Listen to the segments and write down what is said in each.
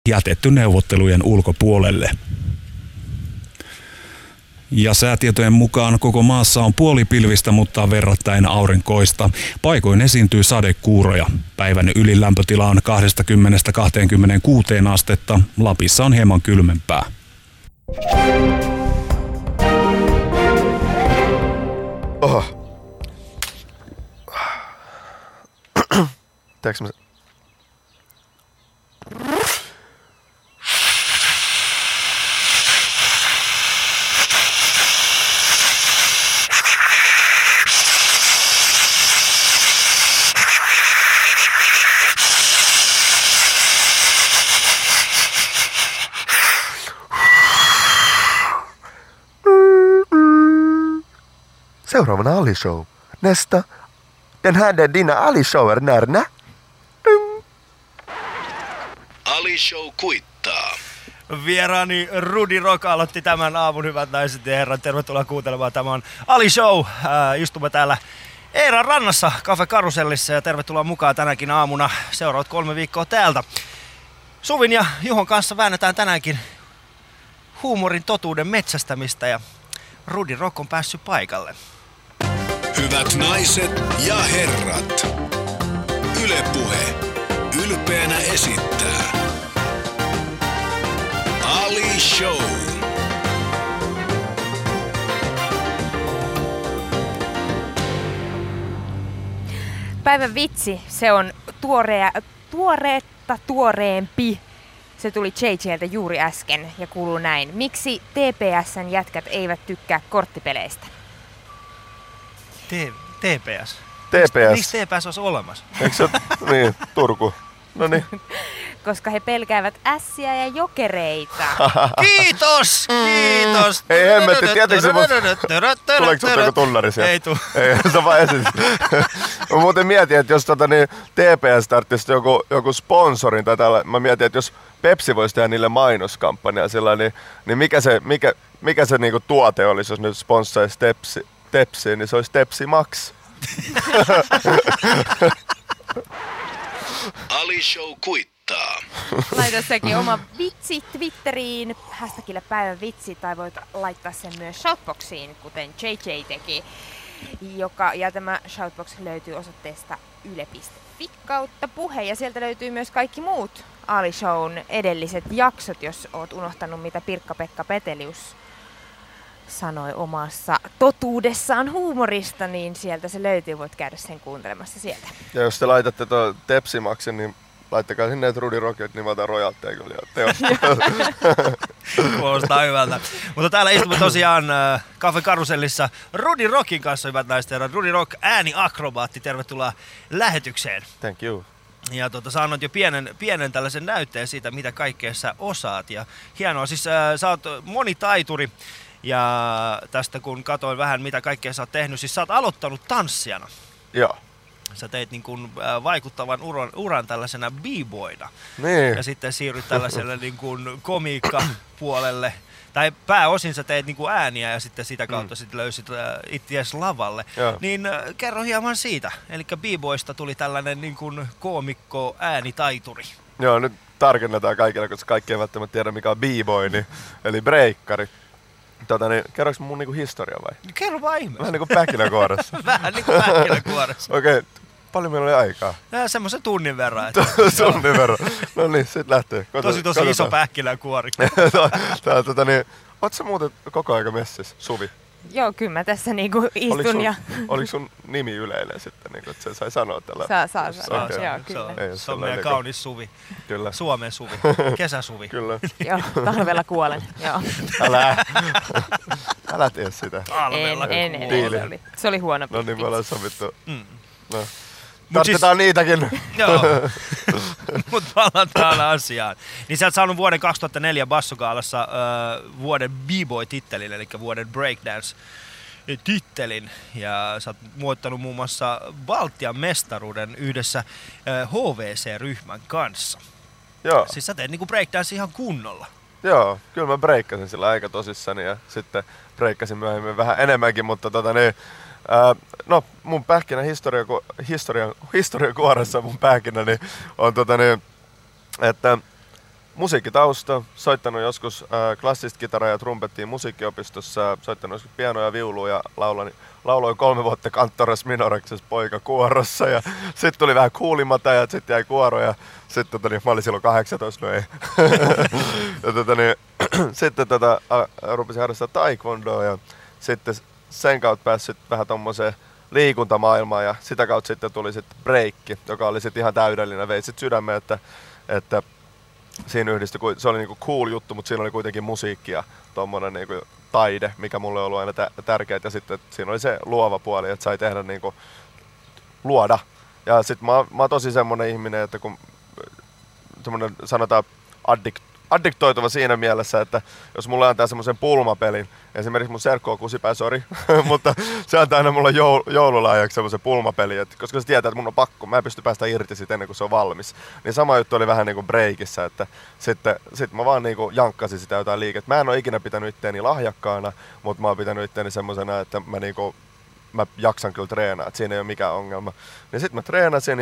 jätetty neuvottelujen ulkopuolelle. Ja säätietojen mukaan koko maassa on puolipilvistä, mutta verrattain aurinkoista. Paikoin esiintyy sadekuuroja. Päivän ylilämpötila on 20–26 astetta. Lapissa on hieman kylmempää. Oho. Teekö mä... Seuraavana Ali Show. Nästa. Den här är dina Ali Shower närna. Ali Show kuittaa. Vieraani Rudi Rock aloitti tämän aamun, hyvät naiset ja herrat. Tervetuloa kuuntelemaan. Tämä on Ali Show. Istumme täällä Eeran rannassa Cafe Karusellissa ja tervetuloa mukaan tänäkin aamuna. Seuraavat 3 viikkoa täältä. Suvin ja Juhon kanssa väännetään tänäänkin huumorin totuuden metsästämistä ja Rudi Rock on päässyt paikalle. Hyvät naiset ja herrat, Yle Puhe ylpeänä esittää Ali Show. Päivän vitsi, se on tuoreempi. Se tuli JJltä juuri äsken ja kuuluu näin. Miksi TPS:n jätkät eivät tykkää korttipeleistä? TPS? TPS. Miksi TPS olisi olemassa? Eikö se niin, Turku. Noniin. Koska he pelkäävät ässiä ja jokereita. Kiitos! Kiitos! Ei hemmetti, tietenkin se tuleeko sut tunnari sieltä? Ei tuu. Ei, se vaan esit. Mä muuten mietin, että jos TPS tarvitsisi joku sponsorin tai tällä, mä mietin, että jos Pepsi voisi tehdä niille mainoskampanjaa sillä, niin mikä se niinku tuote olisi, jos nyt sponssaisi Tepsiä, niin se olisi Tepsi Max. Ali Show kuittaa. Laita sekin oma vitsi Twitteriin, hashtagille päivän vitsi, tai voit laittaa sen myös Shoutboxiin, kuten JJ teki. Ja tämä Shoutbox löytyy osoitteesta yle.fi/puhe, ja sieltä löytyy myös kaikki muut Ali Shown edelliset jaksot, jos oot unohtanut mitä Pirkka-Pekka Petelius sanoi omassa totuudessaan huumorista, niin sieltä se löytyy, voit käydä sen kuuntelemassa sieltä. Ja jos te laitatte tuon Tepsi Maxin, niin laittakaa sinne, että Rudi Rocket, niin mä otan rojaltteja kyllä teosta. Kuulostaa hyvältä. Mutta täällä istumme tosiaan Cafe Karusellissa Rudi Rockin kanssa, hyvät naiset ja herrat. Rudi Rock, ääniakrobaatti, tervetuloa lähetykseen. Thank you. Ja sä annoit jo pienen tällaisen näytteen siitä, mitä kaikkea sä osaat. Ja hienoa, siis sä oot monitaituri. Ja tästä kun katsoin vähän mitä kaikkea sä oot tehnyt, siis sä oot aloittanut tanssijana. Joo. Sä teit niin kuin vaikuttavan uran tällaisena b-boyna. Niin. Ja sitten siirryt tällaiselle niin kuin komiikkapuolelle. Tai pääosin sä teit niin kuin ääniä ja sitten sitä kautta sitten löysit itseäsi lavalle. Joo. Niin kerro hieman siitä. Eli b-boysta tuli tällainen niin kuin koomikko äänitaituri. Joo, nyt tarkennetaan kaikille, koska kaikki ei välttämättä tiedä mikä on b-boy, eli breikkari. Kerroinko mun niinku historia vai? Kerro vaan ihmeessä. Vähän niinku pähkinänkuoressa. Vähän niinku pähkinänkuoressa. Okei, paljon meillä oli aikaa? Semmoisen tunnin verran. Että... Tunnin verran. No niin, sit lähtee. Tosi iso pähkinänkuori. Oot sä muuten koko aika messissä, Suvi? Joo, kyllä mä tässä niinku istun Oliko sun nimi yleinen sitten, niinku, että sen sai sanoa tällä? Saa sanoa, Okay. joo, kyllä. Se on meidän kaunis Suvi. Kyllä. Suomen Suvi. Kesäsuvi. Kyllä. Joo, talvella kuolen, joo. Älä tee sitä. Talvella En. Se oli huono No niin, me ollaan sovittu. No. Mut tarvitaan niitäkin. Joo, mutta palataan asiaan. Niin sä oot saanut vuoden 2004 Bassogaalassa vuoden b-boy-tittelin, eli vuoden breakdance-tittelin. Ja sä oot muottanut muun muassa Baltian mestaruuden yhdessä HVC-ryhmän kanssa. Joo. Siis sä teet niinku breakdance ihan kunnolla. Joo, kyllä mä breikkasin sillä aika tosissani ja sitten breikkasin myöhemmin vähän enemmänkin, mutta no mun pähkinä historian kuoressa mun pähkinä niin on että musiikkitausta, soittanut joskus klassista kitaraa ja trumpettia musiikkiopistossa, soittanut joskus pianoa ja viulua ja lauloin 3 vuotta Kantoras Minoreksessa poikakuorossa ja sitten tuli vähän kuulimata ja sitten jäi kuoro ja sitten mä olin silloin 18, no ei. Sitten rupesin harrastaa taekwondoa ja sitten sen kautta päässyt vähän tommoseen liikuntamaailmaan ja sitä kautta sitten tuli sitten breikki, joka oli sitten ihan täydellinen, vei sitten sydämeen, että siinä yhdistyi, se oli niinku cool juttu, mutta siinä oli kuitenkin musiikki ja tommonen niinku taide, mikä mulle on ollut aina tärkeää. Ja sitten siinä oli se luova puoli, että sai tehdä niinku luoda. Ja sitten mä oon tosi semmonen ihminen, että kun semmonen sanotaan addiktoituva siinä mielessä, että jos mulle antaa semmoisen pulmapelin, esimerkiksi mun serkku on kusipää, sori, mutta se antaa aina mulle joululahjaksi semmoisen pulmapelin, että koska se tietää, että mun on pakko, mä en pysty päästä irti siitä ennen kuin se on valmis. Niin sama juttu oli vähän niinku breikissä, että sitten mä vaan niinku jankkasin sitä jotain liikettä. Mä en ole ikinä pitänyt itteeni lahjakkaana, mutta mä oon pitänyt itteeni semmosena, että mä jaksan kyllä treenaa, että siinä ei ole mikään ongelma. Niin sitten mä treenasin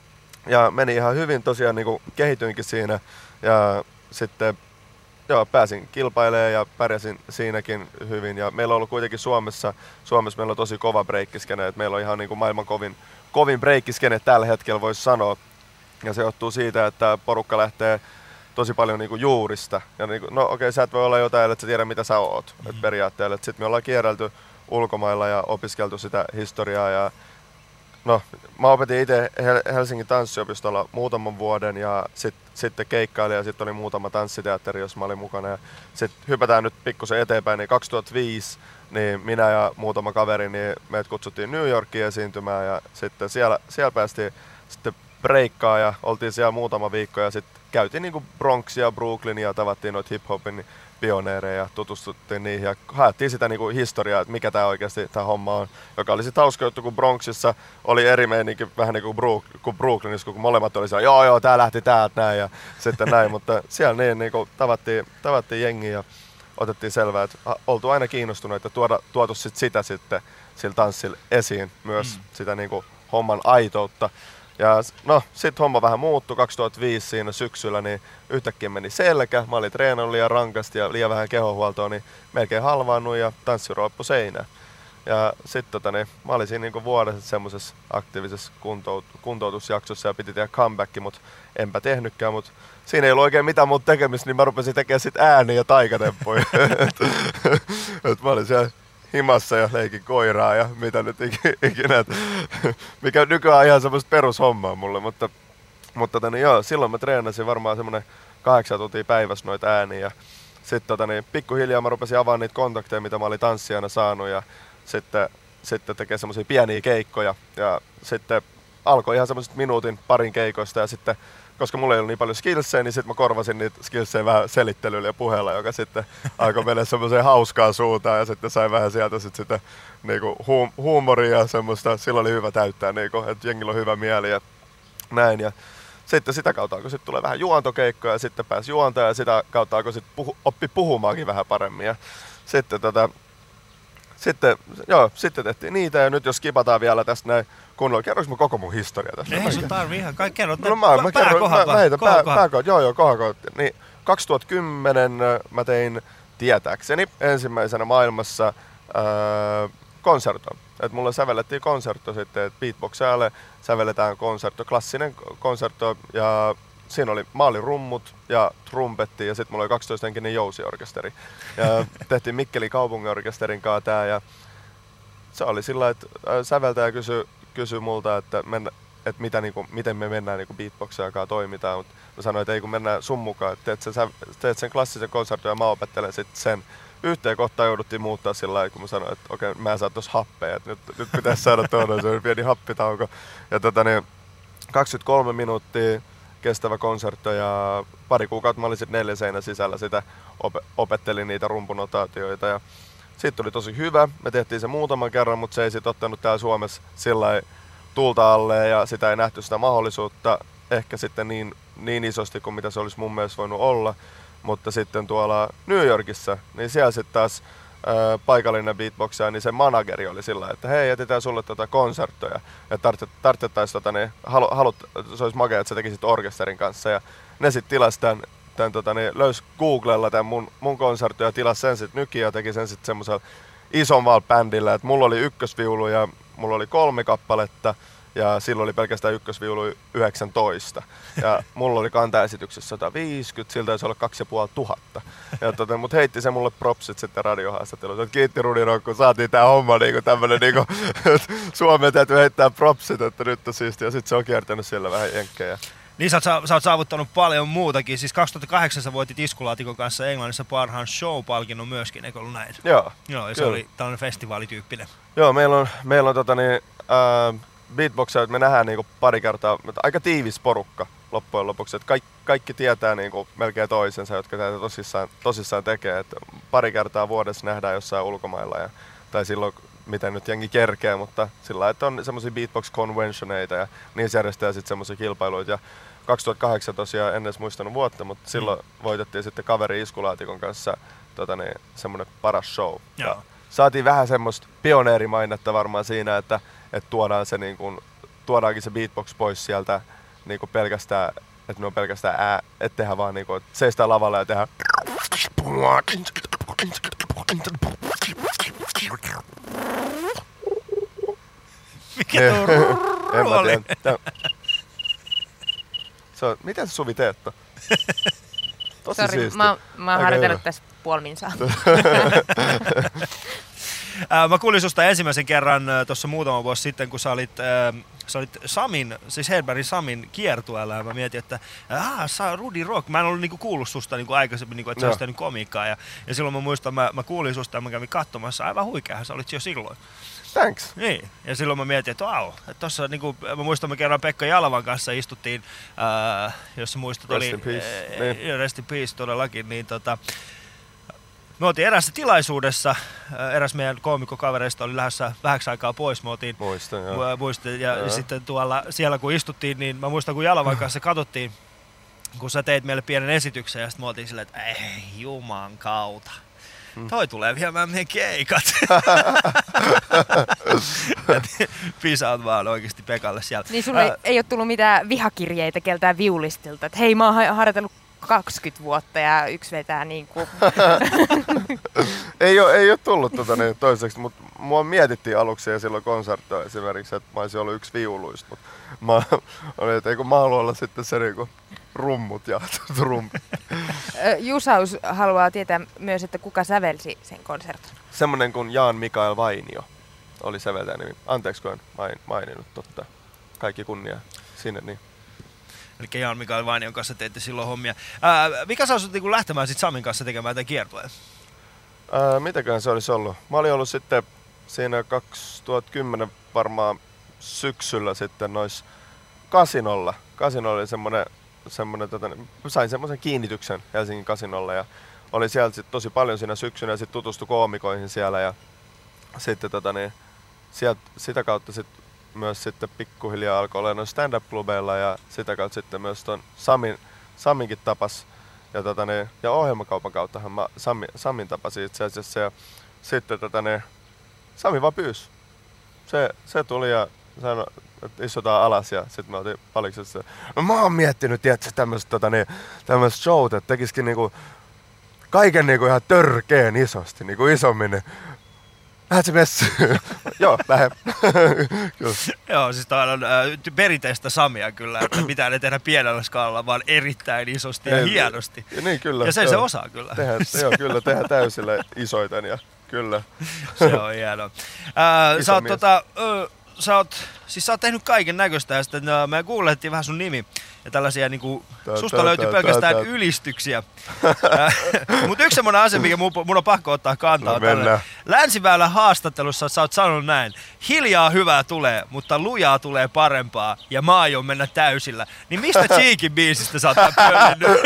ja meni ihan hyvin, tosiaan niinku kehityinkin siinä ja sitten pääsin kilpailemaan ja pärjäsin siinäkin hyvin. Ja meillä on ollut kuitenkin Suomessa meillä on tosi kova breikkiskene, että meillä on ihan niin kuin maailman kovin breikkiskene tällä hetkellä voisi sanoa. Ja se johtuu siitä, että porukka lähtee tosi paljon niin kuin juurista. Ja niin kuin, no okei, sä et voi olla jotain, että sä tiedä mitä sä oot periaatteella. Sitten me ollaan kierrelty ulkomailla ja opiskeltu sitä historiaa ja no, mä opetin itse Helsingin tanssiopistolla muutaman vuoden ja sitten keikkailin ja sitten oli muutama tanssiteatteri, jossa mä olin mukana. Ja sitten hypätään nyt pikkusen eteenpäin, niin 2005 niin minä ja muutama kaveri, niin meidät kutsuttiin New Yorkiin esiintymään ja sitten siellä päästiin sitten breikkaa ja oltiin siellä muutama viikko ja sitten käytiin niinku Bronxia, Brooklynia ja tavattiin noita hip-hopin pioneereja ja tutustuttiin niihin ja haettiin sitä niinku historiaa, että mikä tää oikeasti tää homma on. Joka oli sit hauska juttu, kun Bronxissa oli eri meininki vähän niinku kuin Brooklynissa, kun molemmat oli siellä, joo, tää lähti täältä näin ja sitten näin, mutta siellä niin niinku tavattiin jengiä ja otettiin selvää, että oltu aina kiinnostuneita tuotu sitä sitten sillä tanssilla esiin myös sitä niinku homman aitoutta. Ja no, sit homma vähän muuttui 2005 siinä syksyllä, niin yhtäkkiä meni selkä. Mä olin treenannut liian rankasti ja liian vähän kehonhuoltoa, niin melkein halvaannut ja tanssi roippu seinään. Ja sit mä olin siinä niinku vuodessa semmosessa aktiivisessa kuntoutusjaksossa ja piti tehdä comeback, mutta enpä tehnytkään, mutta siinä ei ollut oikein mitään muuta tekemistä, niin mä rupesin tekemään sit ääniä ja taikatemppuja. Et mä olin siellä himassa ja leikin koiraa ja mitä nyt ikinä, mikä nykyään on ihan semmoista perushommaa mulle, mutta joo, silloin mä treenasin varmaan semmoinen 8 tuntia päivässä noita ääniä ja sitten pikkuhiljaa mä rupesin avaamaan niitä kontakteja, mitä mä olin tanssijana saanut ja sitten tekee semmoisia pieniä keikkoja ja sitten alkoi ihan semmoiset minuutin parin keikoista ja sitten koska mulla ei ollut niin paljon skillsejä, niin sitten mä korvasin niitä skillsejä vähän selittelyllä ja puheella, joka sitten alkoi mennä semmoiseen hauskaan suuntaan ja sitten sai vähän sieltä sitten niinku huumoria ja semmoista. Silloin oli hyvä täyttää, niinku, että jengillä on hyvä mieli ja näin. Ja sitten sitä kautta alkoi sitten tulee vähän juontokeikkoja ja sitten pääsi juontamaan ja sitä kautta alkoi sitten oppi puhumaankin vähän paremmin. Ja sitten tehtiin niitä ja nyt jos skipataan vielä tästä näin kunnolla. Kerroinko mä koko mun historia tästä? Ei sun tarvii ihan kaikki kerrot. No mä heitän pääkohdat. Joo, kohakohdat. Niin 2010 mä tein tietääkseni ensimmäisenä maailmassa konserton. Et mulle sävellettiin konsertto sitten, että beatboxaajalle sävelletään konsertto, klassinen konsertto ja siinä mä olin rummut ja trumpetti ja sitten mulla oli 12-henkinen jousiorkesteri. Ja tehtiin Mikkelin kaupunginorkesterin kanssa tää ja se oli sillä, että säveltäjä kysyi multa, että miten me mennään niin beatboxaajakaan toimitaan, mutta mä sanoin, että ei kun mennään sun mukaan, että teet sen klassisen konsertin ja mä opettelen sitten sen. Yhteen kohtaan jouduttiin muuttaa sillä lailla, kun mä sanoin, että okei, mä en saa tossa happea, että nyt pitäisi saada tuonne, se oli pieni happitauko. Ja 23 minuuttia kestävä konsertto ja pari kuukautta mä olin sitten 4 seinän sisällä sitä, opettelin niitä rumpunotaatioita ja siitä tuli tosi hyvä. Me tehtiin se muutaman kerran, mutta se ei sitten ottanut täällä Suomessa sillä tulta alle ja sitä ei nähty sitä mahdollisuutta ehkä sitten niin isosti kuin mitä se olisi mun mielestä voinut olla. Mutta sitten tuolla New Yorkissa, niin siellä sitten taas paikallinen beatboxaaja, niin se manageri oli sillä, että hei, jätetään sulle konserttoja. Ja tarvitsettaisiin se olisi makea, että sä tekisit orkesterin kanssa. Ja ne sitten tilasi tämän löysi Googlella tämän mun konsertin ja tilasi sen sitten nykiin ja teki sen sitten semmoisella isommalla bändillä, että mulla oli ykkösviulu ja mulla oli 3 kappaletta ja silloin oli pelkästään ykkösviulu 19. Ja mulla oli kantaesityksessä 150, siltä taisi olla 2500. Ja mut heitti se mulle propsit sitten radiohaastattelussa, että kiitti Rudi Rock, kun saatiin tää homma niinku tämmönen niinku, Suomeen täytyy heittää propsit, että nyt on siistiä. Ja sit se on kiertänyt siellä vähän jenkkejä. Niin sä oot saavuttanut paljon muutakin. Siis 2008 sä voitit Iskulaatikon kanssa Englannissa parhaan show-palkinnon myöskin, eikö ollut näin? Joo. Joo, ja se oli tällainen festivaalityyppinen. Joo, meillä on beatboxeja, me nähdään niinku pari kertaa, aika tiivis porukka loppujen lopuksi, että kaikki tietää niinku melkein toisensa, jotka tätä tosissaan tekee, että pari kertaa vuodessa nähdään jossain ulkomailla tai silloin miten nyt jengi kerkee, mutta sillä lailla, että on semmoisia beatbox conventioneita ja niissä järjestetään sitten semmoisia kilpailuita. Ja 2008 tosiaan, en edes muistanut vuotta, mutta silloin voitettiin sitten kaveri Iskulaatikon kanssa semmoinen paras show. Ja saatiin vähän semmoista pioneerimainetta varmaan siinä, että tuodaan se tuodaankin se beatbox pois sieltä niinku pelkästään, että me on pelkästään että tehdään vaan niinku, että seistään lavalla ja tehdään mikä tuo rooli? Miten Suvi teet? Tosi Sori, siisti. mä oon harjoitellut tässä puoliminsaa. Mä kuulin susta ensimmäisen kerran tuossa muutama vuosi sitten, kun sä olit Samin, siis Hedbergin Samin kiertueella, ja mä mietin, että sä Rudi Rock. Mä en ollut niinku kuullut susta niinku aikaisemmin, niinku, että sä olisit tehnyt komiikkaa, ja silloin mä muistan, mä kuulin susta ja mä kävin katsomassa, aivan huikeahan sä olit jo silloin. Thanks. Niin, ja silloin mä mietin, että että tossa niinku, mä muistan, me kerran Pekka Jalvan kanssa istuttiin, jos sä muistat, Rest in peace. Rest in peace todellakin, niin me oltiin erässä tilaisuudessa, eräs meidän koomikkokavereista oli lähdössä vähäksi aikaa pois, me oltiin muistin, ja sitten siellä kun istuttiin, niin mä muistan kun Jalavan kanssa katsottiin, kun sä teit meille pienen esityksen ja sitten me oltiin silleen, että ei juman kautta. Toi tulee viemään meidän keikat. Pisaat vaan oikeesti Pekalle siellä. Niin sulle ei ole tullut mitään vihakirjeitä keltään viulistilta, että hei mä oon harjoitellut 20 vuotta ja yksi vetää niinku. ei ole tullut toiseksi, mutta mua mietittiin aluksi ja silloin konserttoa esimerkiksi, että mä olisin ollut yksi viuluista, mutta mä olin, että eikö mä haluan olla sitten se niinku rummut ja trumpit. Jusaus haluaa tietää myös, että kuka sävelsi sen konsertin. Semmonen kuin Jan Mikael Vainio oli säveltäjä nimi. Anteeksi, kun en maininnut totta. Kaikki kunnia sinne niin. Eli Jan Mikael Vainion kanssa teitte silloin hommia. Mikä sä osut niin lähtemään sit Samin kanssa tekemään tämän kiertueen? Mitäkään se olisi ollut? Mä olin ollut sitten siinä 2010 varmaan syksyllä sitten nois Kasinolla. Kasino oli sain semmoisen kiinnityksen Helsingin Kasinolla ja oli siellä sit tosi paljon siinä syksynä ja sitten tutustui koomikoihin siellä ja sitten sitä kautta sitten myös sitten pikkuhiljaa alkoi olla noissa stand-up-klubeilla ja sitä kautta sitten myös ton Saminkin tapas ja ohjelmakaupan kauttahan mä Samin tapasin itse asiassa ja sitten Sami vaan pyysi. Se tuli ja sanoi, että istutaan alas ja sitten me oltiin paliksessa. No mä oon miettinyt, tiedätkö, tämmöistä showta, että tekisikin niinku kaiken niinku ihan törkeen isosti, niinku isommin. Niin lähdätkö messiin? Joo, lähden. Joo, siis tää on perinteistä Samia kyllä, että mitään ei tehdä pienellä skaalalla, vaan erittäin isosti ja hienosti. Niin, kyllä. Ja se osaa kyllä. Tehdään täysillä isoiten ja kyllä. Se on hienoa. Sä oot tehnyt kaiken näköistä ja sitten me googlettiin vähän sun nimi ja tällaisia niinku, susta löytyy pelkästään ylistyksiä. Mutta yksi semmoinen asia, mikä mun on pakko ottaa kantaa on tällainen. Länsiväylän haastattelussa sä oot sanonut näin, hiljaa hyvää tulee, mutta lujaa tulee parempaa ja mä aion mennä täysillä. Niin mistä Cheekin biisistä sä oot pöllinnyt?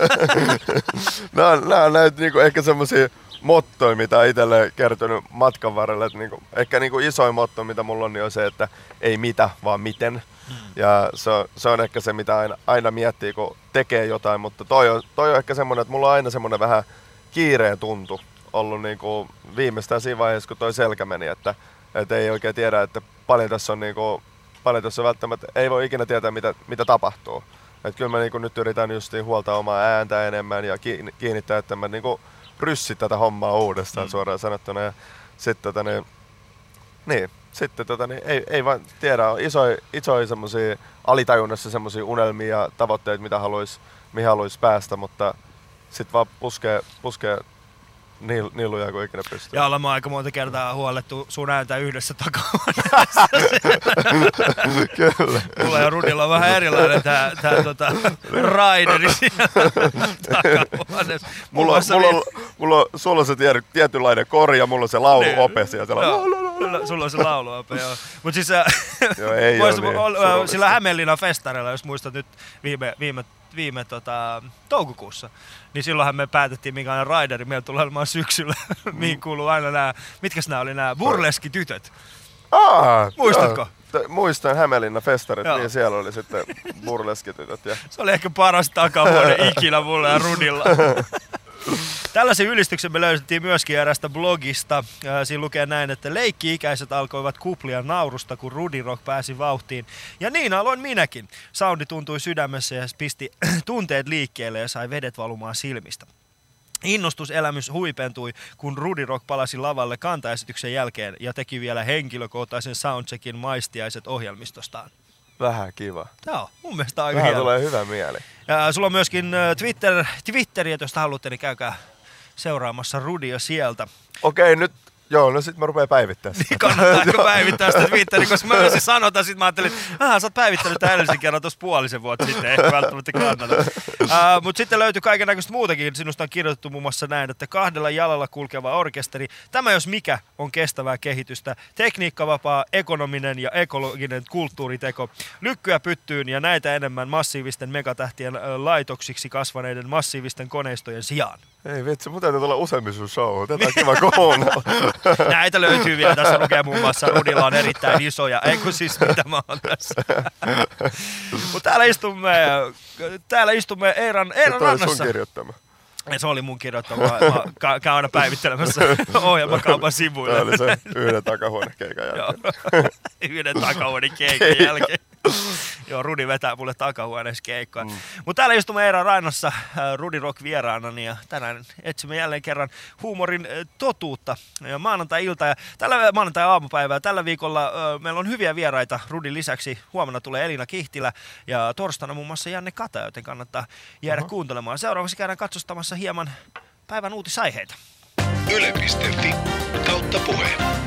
Nää on näitä niinku ehkä semmosia mottoja, mitä on itselle kertonut matkan varrella. Ehkä isoin motto, mitä mulla on, niin on se, että ei mitä, vaan miten. Ja se on ehkä se, mitä aina miettii, kun tekee jotain. Mutta toi on ehkä semmoinen, että mulla on aina semmoinen vähän kiireen tuntu ollut viimeistään siinä vaiheessa, kun toi selkä meni. Että ei oikein tiedä, että paljon tässä on välttämättä, ei voi ikinä tietää, mitä tapahtuu. Että kyllä mä niinku nyt yritän just huoltaa omaa ääntä enemmän ja kiinnittää, että mä niinku ryssit tätä hommaa uudestaan suoraan sanottuna. Ja sitten ei vaan tiedä, on isoja semmosia alitajunnassa semmosia unelmia ja tavoitteita, mihin haluais päästä, mutta sit vaan puskee niluja kuin ikinä pystyy. Ja ollaan aika monta kertaa huolettu sun ääntä yhdessä takahuoneessa. Kyllä. Mulla ja Rudilla on vähän erilainen tää raideri siellä takahuoneessa. Sulla on se tietynlainen kori ja mulla on se lauluope siellä. Sulla on se lauluope, joo. Mut siis joo, ei ole sillä Hämeenlinnan festareilla, jos muistat nyt viime toukokuussa, niin silloinhan me päätettiin, minkälainen raideri meillä tulee olemaan syksyllä, mihin kuuluu aina nämä burleskitytöt. Muistatko? Muistan Hämeenlinnan festarit, niin siellä oli sitten burleskitytöt. Ja... Se oli ehkä paras takavuone ikinä mulle ja Rudilla. Tällaisen ylistyksen me löydettiin myöskin erästä blogista. Siinä lukee näin, että leikki-ikäiset alkoivat kuplia naurusta, kun Rudi Rock pääsi vauhtiin. Ja niin aloin minäkin. Soundi tuntui sydämessä ja pisti tunteet liikkeelle ja sai vedet valumaan silmistä. Innostuselämys huipentui, kun Rudi Rock palasi lavalle kantaesityksen jälkeen ja teki vielä henkilökohtaisen soundcheckin maistiaiset ohjelmistostaan. Vähän kiva. Joo, mun mielestä aika vähän hieno. Tulee hyvä mieli. Ja sulla on myöskin Twitteri, että jos haluatte, niin käykää seuraamassa Rudia sieltä. Okei, nyt. Joo, no sit mä rupeen päivittää sitä. Niin kannattaako päivittää sitä Twitteriä, koska mä myös sanotaan, sit mä ajattelin, että sä oot päivittänyt tämän edellisen kerran tuossa puolisen vuotta sitten, ehkä välttämättä kannata. Mutta sitten löytyy kaikennäköistä muutakin, sinusta on kirjoitettu muun muassa näin, että 2 jalalla kulkeva orkesteri, tämä jos mikä on kestävää kehitystä, tekniikkavapaa, ekonominen ja ekologinen kulttuuriteko, lykkyä pyttyyn ja näitä enemmän massiivisten megatähtien laitoksiksi kasvaneiden massiivisten koneistojen sijaan. Ei vitsi, mun täytyy tulla useammin sun show. Tätä on kiva kuunnella. Näitä löytyy vielä. Tässä lukee muun muassa Rudilla on erittäin isoja. Eikö siis mitä mä oon tässä? Mutta täällä istumme Eeran rannassa. Sun kirjoittama. Se oli mun kirjoittama. Mä käyn aina päivittelemässä ohjelmakaupan sivuille. Tämä oli se yhden takahuonekeikan jälkeen. Yhden takahuonekeikan jälkeen. Joo, Rudi vetää mulle takahuoneessa keikkoa. Mutta täällä istumme Eeran rannassa Rudi Rock vieraanani ja tänään etsimme jälleen kerran huumorin totuutta. Ja maanantai-ilta ja maanantai-aamupäivää. Tällä viikolla meillä on hyviä vieraita Rudin lisäksi. Huomenna tulee Elina Kihtilä ja torstaina muun muassa Janne Kata, joten kannattaa jäädä kuuntelemaan. Seuraavaksi käydään katsostamassa hieman päivän uutisaiheita. Yle.fi/puhe.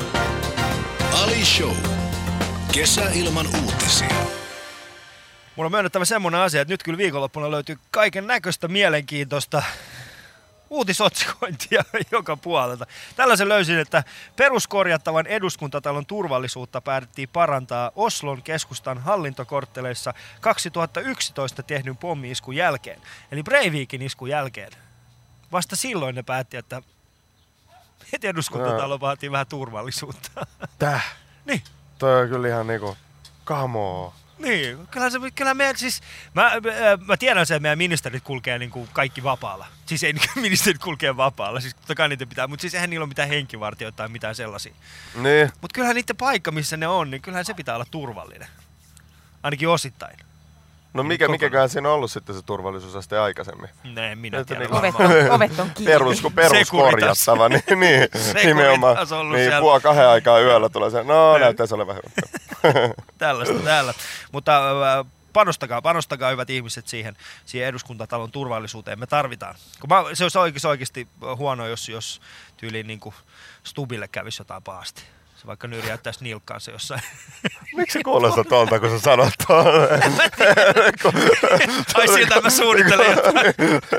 Ali Show. Kesä ilman uutisia. Mulla on myönnettävä semmoinen asia, että nyt kyllä viikonloppuna löytyy kaiken näköistä mielenkiintoista uutisotsikointia joka puolelta. Tällaisen löysin, että peruskorjattavan eduskuntatalon turvallisuutta päätettiin parantaa Oslon keskustan hallintokortteleissa 2011 tehdyn pommi-iskun jälkeen. Eli Breivikin iskun jälkeen. Vasta silloin ne päätti, että eduskuntatalo vaatii vähän turvallisuutta. Täh? Niin. Toi on kyllä ihan niinku, kamoo. Niin, kyllä meidän siis, mä tiedän sen, että meidän ministerit kulkee niin kuin kaikki vapaalla. Siis ei ministerit kulkee vapaalla, siis totta kai niitä pitää, mutta siis eihän niillä ole mitään henkivartioita tai mitään sellaisia. Niin. Mutta kyllähän niiden paikka, missä ne on, niin kyllähän se pitää olla turvallinen. Ainakin osittain. No mikäköhän siinä on ollut sitten se turvallisuusaste aikaisemmin? En minä tiedä. Ovet on kiinni. Peruskorjattava, niin nimenomaan. Niin 1:30 aikaa yöllä tulee se, näyttäisi olevan hyvä. Tällaista täällä. Mutta panostakaa hyvät ihmiset siihen eduskuntatalon turvallisuuteen. Me tarvitaan. Se olisi oikeasti huono, jos tyyliin niin kuin Stubille kävisi jotain pahasti. Se vaikka nyrjäyttäisi nilkkaansa jossain. Miksi kuulostaa tuolta, kun sä sanot tuolla? Ai siltä mä suunnittelen jotain.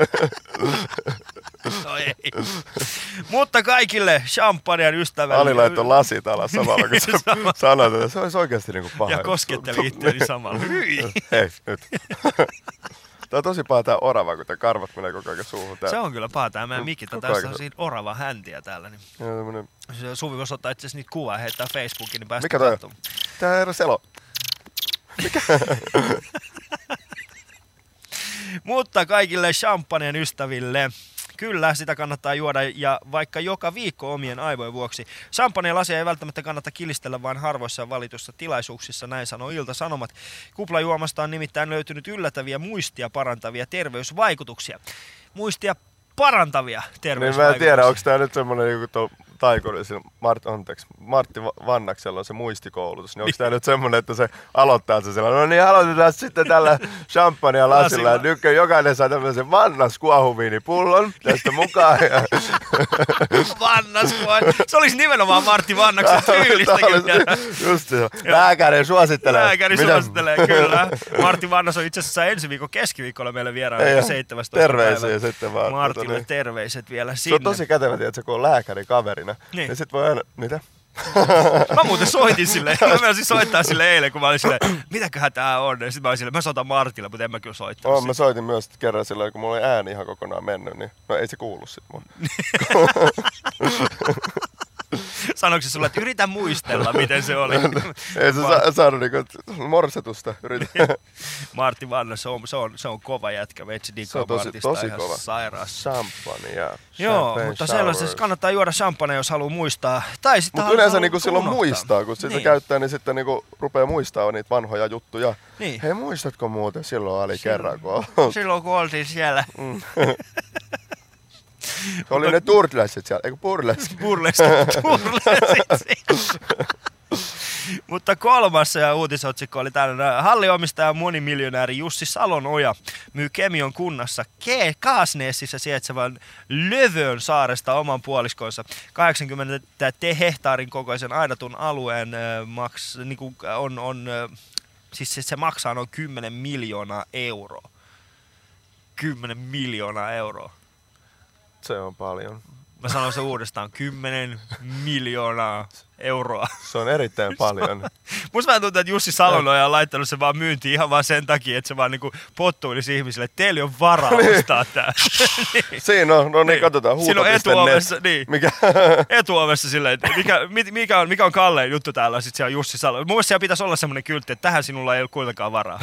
No ei. Mutta kaikille champagnen ystävälle. Ali laittoi lasit alas samalla, kun sä sanoit, että se olisi oikeasti niin kuin paha. Ja kosketteli itseäni samalla. Hei, nyt. Tää on tosi paha tää orava, kun tää karvat menee koko ajan suuhun. Se on kyllä paha tää meidän mikki. Tässä on siinä orava häntiä täällä. Niin. Joo, tämmönen... Suvi voisi ottaa itse asiassa niitä kuvaa ja heittää Facebookiin, niin päästä mikä toi on? Tää Eero Selo. Mikä? Mutta kaikille champagnen ystäville Kyllä, sitä kannattaa juoda ja vaikka joka viikko omien aivojen vuoksi. Champagne-lasia ei välttämättä kannata kilistellä vain harvoissa valitussa tilaisuuksissa, näin sanoo Ilta-Sanomat. Kuplajuomasta on nimittäin löytynyt yllättäviä muistia parantavia terveysvaikutuksia. Muistia parantavia terveysvaikutuksia. Niin mä en tiedä, onko tää nyt semmonen joku taikuri, Martti Vannaksella on se muistikoulutus, niin onko tää nyt semmonen, että se aloittaa se sellainen, no niin aloitetaan sitten tällä champagne-lasilla. Nyt jokainen saa tämmöisen Vannas kuohuviinipullon tästä mukaan. Vannas se olisi nimenomaan Martti Vannaksen tyylistä. Just se. Lääkäri suosittelee. Lääkäri suosittelee, kyllä. Martti Vannas on itse asiassa ensi viikon keskiviikkolla meille vieraana 17. Terveisiä päivä. sitten vaan. Martille terveiset vielä sinne. Se on tosi kätevä, että kun on lääkäri kaverina, niin sit voi aina, mitä? Mä muuten soitin silleen, mä menisin soittaa sille eilen, kun mä olin silleen, mitäköhän tää on? Ja sit mä olin silleen, mä soitan Martille, mutta en mä kyllä soittanut. Mä soitin myös kerran silleen, kun mulla oli ääni ihan kokonaan mennyt, niin no ei se kuulu sit mun. Sanoiko se sulle, että yritä muistella, miten se oli? Ei se saanut niinku morsetusta. Martti Vannas, se on kova jätkä. Metsi digaa Martista tosi ihan kova. sairaas. Champagne. Joo, mutta sellaisessa kannattaa juoda champagne, jos haluaa muistaa. Tai sitten mutta yleensä niinku silloin muistaa, kun sitä käyttää, niin sitten niinku rupeaa muistaa niitä vanhoja juttuja. Niin. Hei, muistatko muuten silloin oli kerran, kun silloin kun oltiin siellä. Oli ne turtlesit siellä, eikö purlesit? Purlesit. Mutta kolmas uutisotsikko oli tällainen. Halliomistaja monimiljonääri Jussi Salonoja myy Kemion kunnassa Kaasneessissä sijaitsevan Lövön saaresta oman puoliskonsa. 80 hehtaarin kokoisen aidatun alueen siis se maksaa noin 10 miljoonaa euroa. 10 miljoonaa euroa. Se on paljon. Mä sanon se uudestaan, 10 miljoonaa euroa. Se on erittäin paljon. Musta vähän tuntuu, että Jussi Salonoja on laittanut sen vaan myyntiin ihan vaan sen takia, että se vaan niinku pottuilisi ihmisille, että teillä on varaa ostaa tää. Siinä on, no niin, katsotaan, huuto.net. Niin. Etuovessa silleen, että mikä on kallein juttu täällä, sit siellä on Jussi Salonoja. Mun mielestä siellä pitäisi olla semmoinen kyltti, että tähän sinulla ei ole kuitenkaan varaa.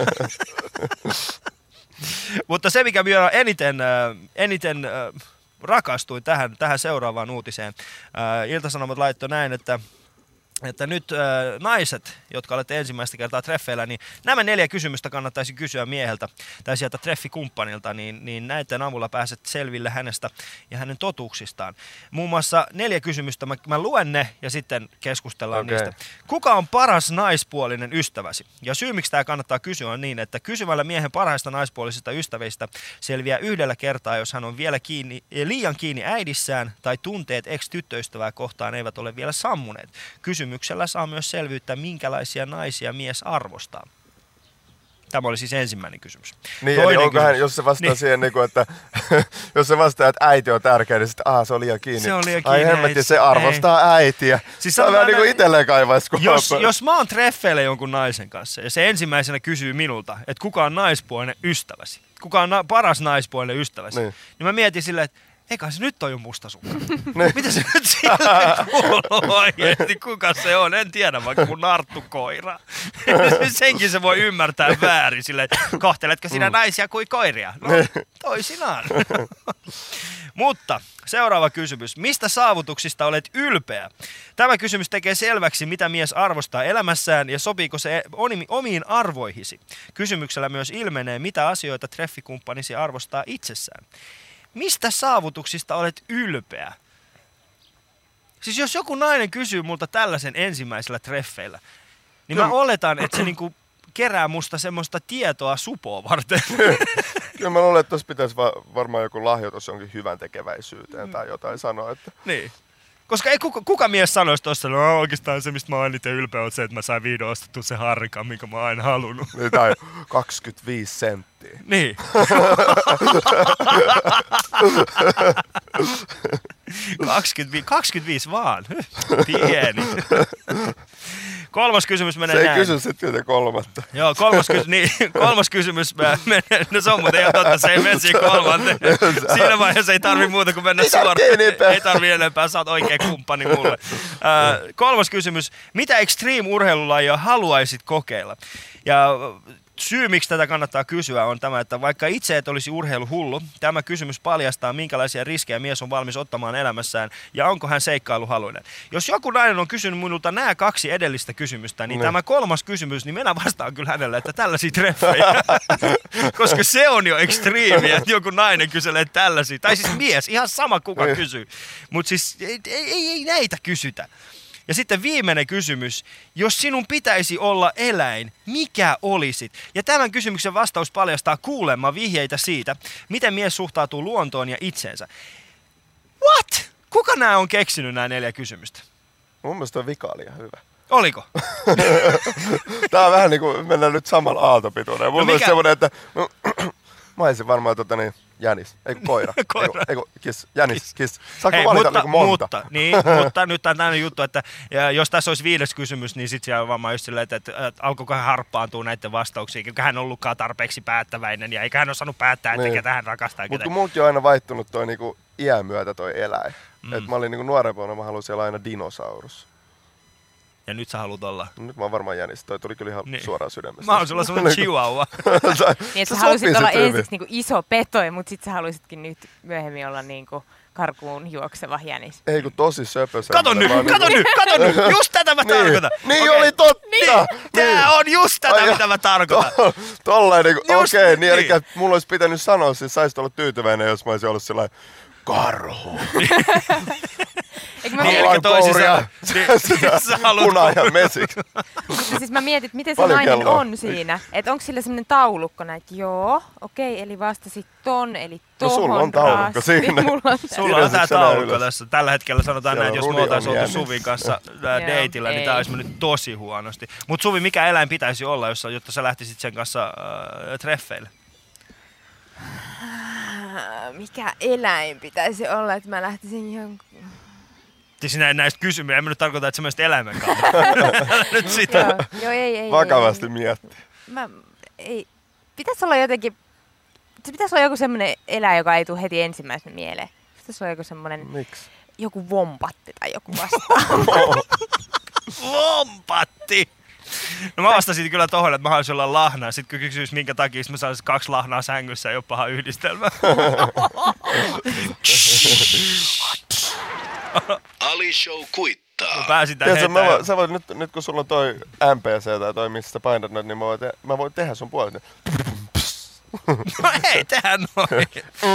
Mutta se, mikä minä eniten rakastuin tähän seuraavaan uutiseen. Ilta-Sanomat laittoi näin, että nyt naiset, jotka olette ensimmäistä kertaa treffeillä, niin nämä 4 kysymystä kannattaisi kysyä mieheltä tai sieltä treffikumppanilta, niin näiden avulla pääset selville hänestä ja hänen totuuksistaan. Muun muassa 4 kysymystä, mä luen ne ja sitten keskustellaan niistä. Kuka on paras naispuolinen ystäväsi? Ja syy, miksi tämä kannattaa kysyä, on niin, että kysymällä miehen parhaista naispuolisista ystävistä selviää yhdellä kertaa, jos hän on vielä liian kiinni äidissään tai tunteet ex-tyttöystävää kohtaan eivät ole vielä sammuneet. Kysymyksellä saa myös selvyyttä, minkälaisia naisia mies arvostaa. Tämä oli siis ensimmäinen kysymys. Niin, eli onko hän, jos se vastaa siihen, että jos se vastaa, että äiti on tärkeä, niin sitten se on liian kiinni. Se on liian kiinni. Ai hemmetti, se arvostaa äitiä. Siis se on vähän niin kuin itselleen kaivaisi. Jos mä oon treffeillä jonkun naisen kanssa ja se ensimmäisenä kysyy minulta, että kuka on naispuolinen ystäväsi, kuka on paras naispuolinen ystäväsi, niin mä mietin silleen, että eikä se nyt on jo mustasukka. Mitä se nyt sillä kuuluu oikeesti? Kuka se on? En tiedä, vaikka kun narttukoira. Senkin se voi ymmärtää väärin silleen, että kohteletko sinä naisia kuin koiria? No, toisinaan. Mutta seuraava kysymys. Mistä saavutuksista olet ylpeä? Tämä kysymys tekee selväksi, mitä mies arvostaa elämässään ja sopiiko se omiin arvoihisi. Kysymyksellä myös ilmenee, mitä asioita treffikumppanisi arvostaa itsessään. Mistä saavutuksista olet ylpeä? Siis jos joku nainen kysyy multa tällaisen ensimmäisellä treffeillä, niin mä oletan, että se niinku kerää musta semmoista tietoa supoa varten. Kyllä mä luulen, että tuossa pitäisi varmaan joku lahjoitus jonkin hyvän tekeväisyyteen tai jotain sanoa. Että... Niin. Koska ei kuka mies sanoisi tuossa, no oikeastaan se, mistä mä oon eniten ylpeä, on se, että mä sain vihdoin ostettua se harrikan, minkä mä oon aina halunnut. Tai 25 senttiä. Niin. 25 vaan. Pieni. Kolmas kysymys menee näin. Se ei kysy sitten joten kolmatta. Joo, kolmas kysymys menee. No se on muuten jo totta, se ei mene siihen kolmanteen. Siinä vaiheessa ei tarvi muuta kuin mennä suoraan. Ei tarvi enempää, sä oot oikea kumppani mulle. Kolmas kysymys. Mitä extreme-urheilulajia haluaisit kokeilla? Ja syy, miksi tätä kannattaa kysyä, on tämä, että vaikka itse et olisi urheiluhullu, tämä kysymys paljastaa, minkälaisia riskejä mies on valmis ottamaan elämässään ja onko hän seikkailuhaluinen. Jos joku nainen on kysynyt minulta nämä 2 edellistä kysymystä, niin tämä 3. kysymys, niin minä vastaan kyllä hänelle, että tällaisia treffejä. Koska se on jo ekstriimiä, että joku nainen kyselee tällaisia. Tai siis mies, ihan sama kuka kysyy. Mutta siis ei näitä kysytä. Ja sitten viimeinen kysymys, jos sinun pitäisi olla eläin, mikä olisit? Ja tämän kysymyksen vastaus paljastaa kuulemma vihjeitä siitä, miten mies suhtautuu luontoon ja itseensä. What? Kuka nämä on keksinyt nämä 4 kysymystä? Mun mielestä vika oli ihan hyvä. Oliko? Tää on vähän niinku, mennään nyt samalla aaltopituudella. Mulla olisi semmonen, että mä olisin varmaan jänis, eiku koira. Eiku kiss, jänis, kiss. Saanko valita niinku monta? Mutta nyt on tämmöinen juttu, että jos tässä olisi 5. kysymys, niin sit siellä on varmaan just silleen, että alkoiko hän harppaantua näiden vastauksiin, eikä hän ollutkaan tarpeeksi päättäväinen ja eikä hän osannut päättää, että ketä hän rakastaa. Mutta mulki on aina vaihtunut toi niinku iän myötä toi eläin. Et mä olin niinku nuorempana, mä halusin olla aina dinosaurus. Ja nyt sä haluat olla? Nyt mä oon varmaan jänis. Toi tuli kyllä ihan suoraan sydämestä. Mä haluaisin olla semmoinen chihuahua. Niin, että sä haluaisit olla ensiksi niinku iso peto, mutta sit sä haluaisitkin nyt myöhemmin olla niinku karkuun juokseva jänis. Ei kun tosi söpö. Kato nyt! Just tätä mä tarkoitan. Niin oli totta! Tää on just tätä, mitä mä tarkoitan. Tollain okei, niin eli mulla olisi pitänyt sanoa, siis saisit olla tyytyväinen, jos mä olisin ollut sellainen karhu. Niin, kouria, puna ja mesiksi. Siis mä mietin, että miten se nainen on siinä. Että onko sillä semmoinen taulukko näitä, joo, okei, eli vastasit ton, eli tohon. No sulla on taulukko siinä. Sulla on tää taulukko tässä. Tällä hetkellä sanotaan näin, että jos me oltais oltu Suvin kanssa deitillä, niin tää olisi mennyt tosi huonosti. Mut Suvi, mikä eläin pitäisi olla, jotta sä lähtisit sen kanssa treffeille? Mikä eläin pitäisi olla, että mä lähtisin ihan... Siis näistä kysymyksiä, en mä nyt tarkoita, että sä mennyt eläimen kautta. Nyt sitä. Joo, ei. Vakavasti mietti. Pitäisi olla jotenkin... Se pitäisi olla joku semmoinen eläin, joka ei tule heti ensimmäisenä mieleen. Pitäisi olla joku semmoinen... Miksi? Joku vompatti tai joku vastaava. Vompatti! No mä vastasin kyllä tohon, että mä haluaisin olla lahnaa. Sitten kun kysyis minkä takia, mä saisin 2 lahnaa sängyssä, ei ole paha yhdistelmä. Ali Show kuittaa. Mä pääsin tän hetään. Sä voit nyt kun sulla on toi MPC tai toi, missä sä painat noin, niin mä voin tehdä sun puolesta. No ei, tehdään noin.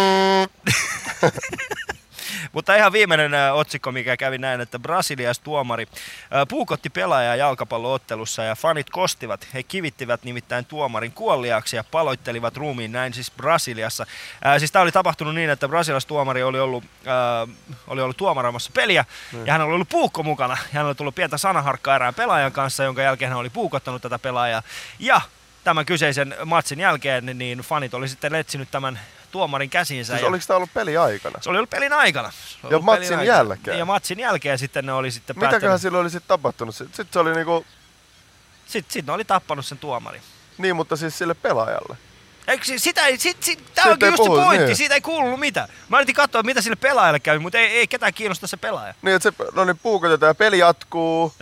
Mutta ihan viimeinen otsikko, mikä kävi näin, että Brasilias tuomari puukotti pelaajaa jalkapalloottelussa ja fanit kostivat. He kivittivät nimittäin tuomarin kuoliaaksi ja paloittelivat ruumiin, näin siis Brasiliassa. Siis tämä oli tapahtunut niin, että Brasilias tuomari oli ollut tuomaraamassa peliä ja hän oli ollut puukko mukana. Hän oli tullut pientä sanaharkkaa erään pelaajan kanssa, jonka jälkeen hän oli puukottanut tätä pelaajaa. Ja tämän kyseisen matsin jälkeen niin fanit oli sitten letsinyt tämän tuomarin käsiinsä. Siis oliko tämä ollut pelin aikana? Se oli ollut pelin aikana. Ja matsin jälkeen? Ja matsin jälkeen sitten ne oli sitten päättänyt. Mitäköhän silloin oli sitten tapahtunut? Sitten se oli niinku... Sitten ne oli tappanut sen tuomarin. Niin, mutta siis sille pelaajalle. Eikö tää onkin just se pointti, niin. Siitä ei kuulunut mitään. Mä yritin katsoa, mitä sille pelaajalle käy, mutta ei ketään kiinnosta se pelaaja. Niin, että puukotetaan ja peli jatkuu.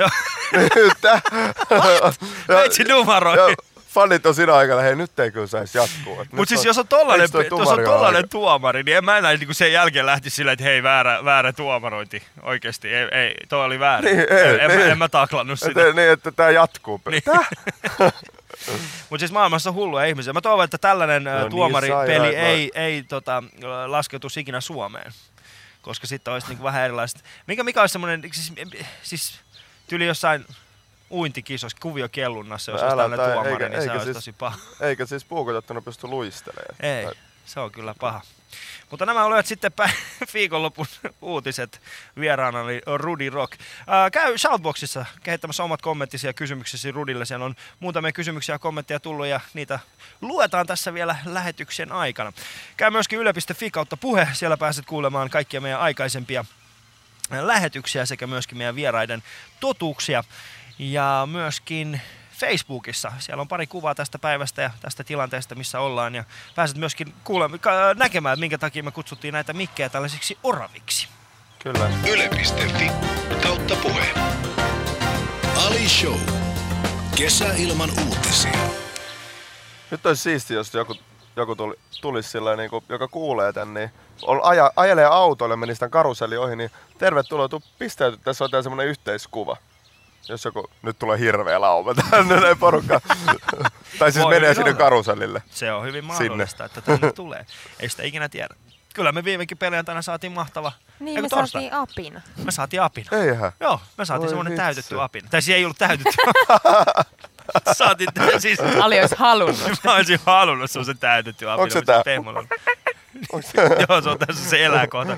Veitsi numeroi. Fanit on siinä aikana, hei nyt ei kyllä saisi jatkua. Mutta siis jos on tollanen tuomari, niin en mä enää niin sen jälkeen lähtisi silleen, että hei väärä tuomarointi. Oikeesti, ei toi oli väärin. Niin, en mä taklannut sitä. Niin, että tää jatkuu. Niin. Mutta siis maailmassa on hulluja ihmisiä. Mä toivon, että tällainen tuomaripeli ei laskeutuisi ikinä Suomeen. Koska sitten olisi niinku vähän erilaiset. Mikä olisi semmonen, siis tyyli jossain uintikisossa, kuviokellunnassa, jos olisi tällainen tuomari, niin se olisi tosi paha. Eikä siis puukotettuna pysty luistelemaan. Ei, se on kyllä paha. Mutta nämä olivat sitten viikonlopun uutiset. Vieraana oli Rudi Rock. Käy Shoutboxissa kehittämässä omat kommenttisi ja kysymyksesi Rudille. Siellä on muutamia kysymyksiä ja kommentteja tullut ja niitä luetaan tässä vielä lähetyksen aikana. Käy myöskin yle.fi/puhe. Siellä pääset kuulemaan kaikkia meidän aikaisempia lähetyksiä sekä myöskin meidän vieraiden totuuksia. Ja myöskin Facebookissa. Siellä on pari kuvaa tästä päivästä ja tästä tilanteesta, missä ollaan. Ja pääset myöskin näkemään, minkä takia me kutsuttiin näitä mikkejä tällaisiksi oraviksi. Kyllä. Yle.fi/puhe. Ali Show. Kesäilman uutisia. Nyt olisi siistiä, jos joku tulisi sillä niinku, joka kuulee tän, niin ajelee autoille, menisi tän karuselli ohi, niin tervetuloa, tuu pistäyty, tässä on tää semmonen yhteiskuva. Jos joku, nyt tulee hirveä lauma tänne näin porukka. Tai siis menee sinne karusellille. Se on hyvin mahdollista, että tänne tulee. Ei sitä ikinä tiedä. Kyllä me viimekin perjantaina saatiin mahtava. Niin, me saatiin apina. Me saatiin apina. Eihän. Joo, me saatiin semmonen täytetty apina. Tai se ei ollut täytetty. Saatiin siis... Ali olisi halunnut. Mä olisin halunnut semmosen täytetty apina. Onko se tää? Joo, se on tässä, se elää kohta.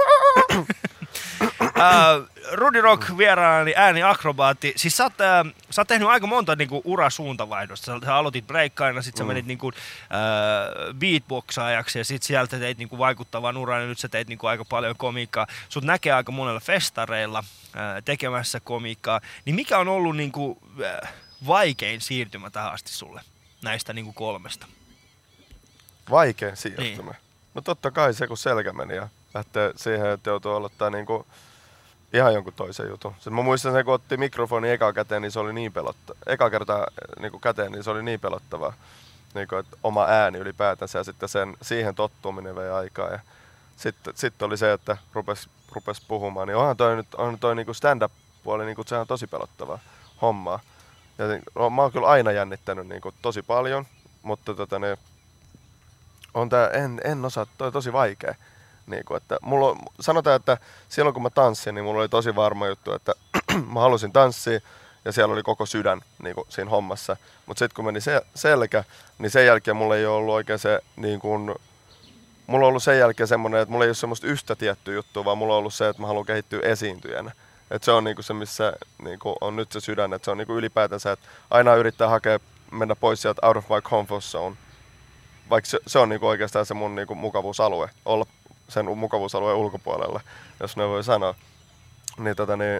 Rudi Rock vieraani ääniakrobaatti. Siis sä oot tehnyt aika monta niinku urasuuntavaihdosta. Sä aloitit breikkaina, sit sä menit niinku, beatboxaajaksi ja sit sieltä teit niinku vaikuttavan uran ja nyt sä teit niinku aika paljon komiikkaa. Sut näkee aika monella festareilla tekemässä komiikkaa. Niin mikä on ollut niinku, vaikein siirtymä tähän asti sulle näistä niinku 3? Vaikein siirtymä? Niin. No totta kai se kun selkä meni ja lähtee siihen, että joutuu aloittaa niinku ihan jonkun toisen jutun. Mä muistan sen, kun otti mikrofoni eka käteen, niin se oli niin eka kertaa niinku käteen, niin se oli niin pelottavaa. Niinku, että oma ääni ylipäätänsä ja sitten siihen tottuminen vei aikaa. Ja sitten oli se, että rupes puhumaan. Niin on toi niinku stand-up-puoli, niinku, sehän on tosi pelottavaa hommaa. Ja, mä oon kyllä aina jännittänyt niinku, tosi paljon, mutta on tää, en osaa, toi on tosi vaikea. Niinku, että sanotaan, että silloin kun mä tanssin, niin mulla oli tosi varma juttu, että mä halusin tanssia ja siellä oli koko sydän niinku, siinä hommassa. Mutta sitten kun meni selkä, niin sen jälkeen mulla ei ole ollut oikein se, niin kun, mulla on ollut sen jälkeen semmoinen, että mulla ei ole semmoista yhtä tiettyä juttua, vaan mulla on ollut se, että mä haluan kehittyä esiintyjänä. Et se on niinku se, missä niinku, on nyt se sydän, että se on niinku ylipäätänsä, että aina yrittää mennä pois sieltä out of my comfort zone. Vaikka se on niinku oikeastaan se mun niinku mukavuusalue, olla sen mukavuusalueen ulkopuolella, jos ne voi sanoa. Niin,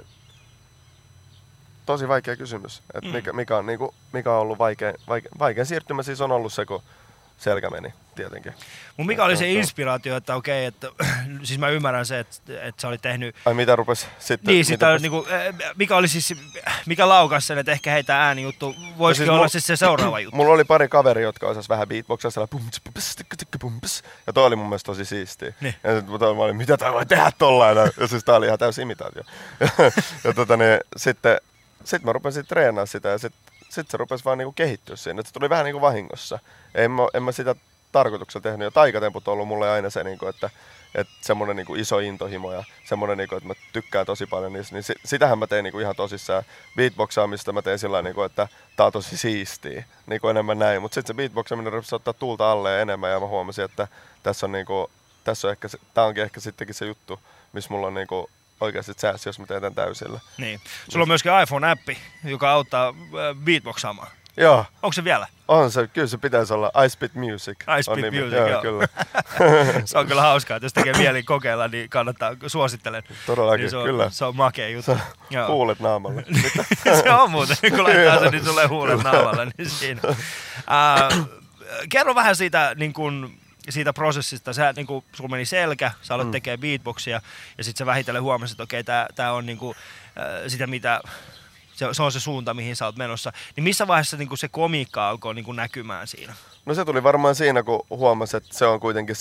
tosi vaikea kysymys, että mikä on ollut vaikein siirtymä siis on ollut se, kun selkä meni tietenkin. Mun mikä oli se inspiraatio, että okei, että siis mä ymmärrän se, että sä olit tehnyt... Ai mitä rupes sitten? Niin, niinku, mikä oli siis, mikä laukas sen, että ehkä heitä äänijuttu, voisikin olla siis se seuraava juttu. Mulla oli pari kaveri, jotka osas vähän beatboxaa, ja toi oli mun mielestä tosi siistiä. Niin. Ja sit mä olin, mitä tää voi tehdä tollainen? Ja siis tää oli ihan täysin imitaatio. Sitten mä rupesin treenaamaan sitä ja sitten se rupesi vaan niinku kehittyä siinä. Et se tuli vähän niinku vahingossa. En mä sitä tarkoituksella tehnyt. Ja taikatemput on ollut mulle aina se, niinku, että semmoinen niinku iso intohimo ja semmoinen, niinku, että mä tykkään tosi paljon niistä. Niin sitähän mä tein niinku ihan tosissaan. Beatboxaamista mä tein sillä niinku, että tää on tosi siistiä. Niinku enemmän näin. Mutta sitten se beatboxaaminen rupesi ottaa tuulta alle enemmän ja mä huomasin, että tää onkin ehkä sittenkin se juttu, missä mulla on niinku oikeasti sääsi, jos mä teen tämän täysillä. Niin. Sulla on myöskin iPhone-appi, joka auttaa beatboxaamaan. Joo. Onko se vielä? On se, kyllä se pitäisi olla. I Spit Music. I Spit Music, joo. Kyllä. Se on kyllä hauskaa, että jos tekee mieli kokeilla, niin kannattaa, suosittelen. Todellakin, niin kyllä. Se on makea juttu. Huulet naamalle. Se on muuten, kun laittaa sen, niin tulee huulet naamalle. Niin siinä. Kerro vähän siitä, niin kun, siitä prosessista. Niin sulla meni selkä, sä aloit tekemään beatboxia ja sitten sä vähitellen huomasit, että okei, tää on niin kun, sitä, mitä... Se on se suunta, mihin sä oot menossa. Niin missä vaiheessa niin se komiikka alkoi niin näkymään siinä? No se tuli varmaan siinä, kun huomasi, että se on kuitenkin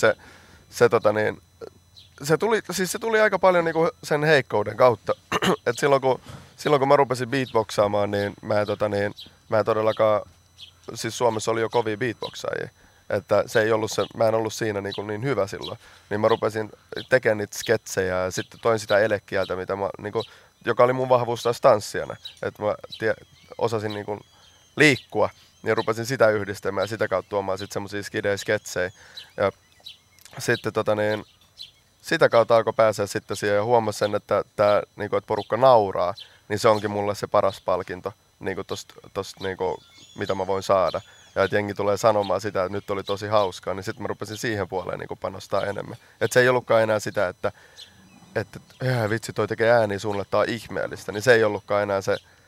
se tuli aika paljon niin sen heikkouden kautta. Et silloin kun mä rupesin beatboxaamaan, niin mä en todellakaan, siis Suomessa oli jo kovia beatboxaajia. Että mä en ollut siinä niin hyvä silloin. Niin mä rupesin tekemään niitä sketsejä ja sitten toin sitä elekieltä, mitä mä joka oli mun vahvuus taas tanssijana. Että mä osasin niinku liikkua, niin rupesin sitä yhdistämään ja sitä kautta tuomaan sitten semmosia skidei-sketsejä. Ja sitten sitä kautta alkoi pääsee sitten siihen ja huomasin sen, että niinku, että porukka nauraa, niin se onkin mulle se paras palkinto, niinku tosta niinku, mitä mä voin saada. Ja että jengi tulee sanomaan sitä, että nyt oli tosi hauskaa, niin sitten mä rupesin siihen puoleen niinku panostaa enemmän. Että se ei ollutkaan enää sitä, että vitsi toi tekee ääniä suunnilleen, tää on ihmeellistä, niin se ei ollutkaan enää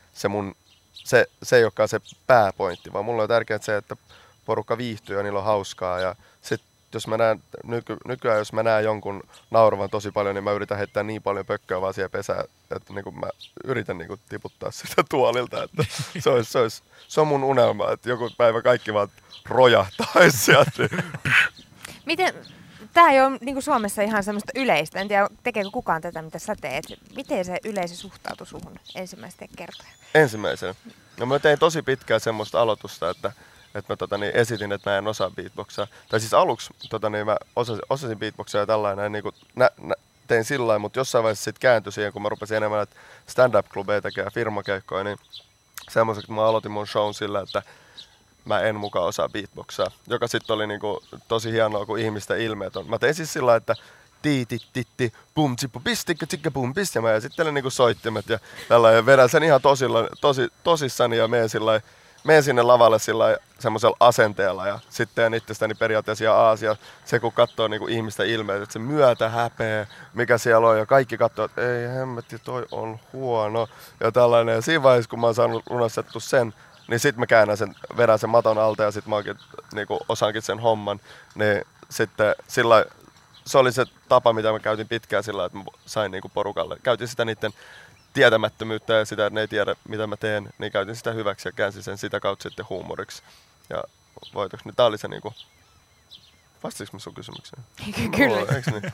se ei olekaan se pääpointti, vaan mulla on tärkeää se, että porukka viihtyy ja niillä on hauskaa ja jos mä näen, nykyään jos mä näen jonkun nauravan tosi paljon, niin mä yritän heittää niin paljon pökköä vaan siihen pesään, että niin kuin mä yritän niin kuin tiputtaa sitä tuolilta. Että se on mun unelma, että joku päivä kaikki vaan rojahtaisi sieltä. Miten, tämä ei ole niin Suomessa ihan semmoista yleistä. En tiedä, tekeekö kukaan tätä, mitä sä teet. Miten se yleisö suhtautui suhun ensimmäisten kertoja? Ensimmäisen. No mä tein tosi pitkään semmoista aloitusta, että mä esitin, että mä en osaa beatboxaa. Tai siis aluksi mä osasin beatboxaa ja tällainen, niin kuin tein sillä lailla, mutta jossain vaiheessa sitten kääntyi siihen, kun mä rupesin enemmän stand-up-klubeja tekemään firmakeikkoja, niin semmoiseksi mä aloitin mun shown sillä, että mä en mukaan osaa beatboxaa, joka sitten oli niinku tosi hienoa, kun ihmisten ilmeet on. Mä tein siis sillä että ti pum tsippu pistikka tsikka pum pist ja mä esittelen niinku soittimet ja tällainen. Vedän sen ihan tosissani ja menen sinne lavalle sillä semmoisella asenteella ja sitten teen itsestäni periaatteessa ja aasia. Se kun katsoo niinku ihmisten ilmeet, että se myötä häpeä, mikä siellä on ja kaikki katsoo, että ei hemmetti, toi on huono ja tällainen. Ja siinä vaiheessa, kun mä oon saanut lunastettu sen, niin sit mä vedän sen maton alta ja sit mä niinku osaankin sen homman. Niin sitten se oli se tapa, mitä mä käytin pitkään sillä, että mä sain niinku porukalle. Käytin sitä niiden tietämättömyyttä ja sitä, että ne ei tiedä, mitä mä teen, niin käytin sitä hyväksi ja käänsin sen sitä kautta sitten huumoriksi. Ja voitoks nyt? Tää oli se niinku... Vastasinko mä sun kysymykseen? Kyllä. Eiks niin?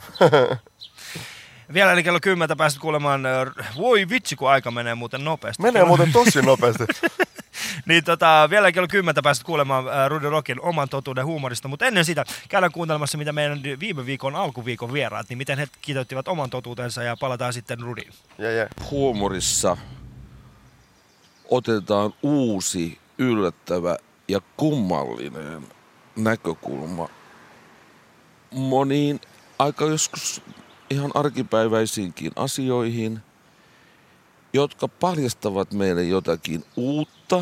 Vielä eli kello 10 pääset kuulemaan, voi vitsi kun aika menee muuten nopeasti. Menee muuten tosi nopeasti. Niin vielä kello 10 pääset kuulemaan Rudi Rockin oman totuuden huumorista, mutta ennen sitä käydään kuuntelemassa, mitä meidän viime viikon alkuviikon vieraat, niin miten he kiteyttivät oman totuutensa ja palataan sitten Rudiin. Huumorissa otetaan uusi, yllättävä ja kummallinen näkökulma moniin aika joskus ihan arkipäiväisiinkin asioihin, jotka paljastavat meille jotakin uutta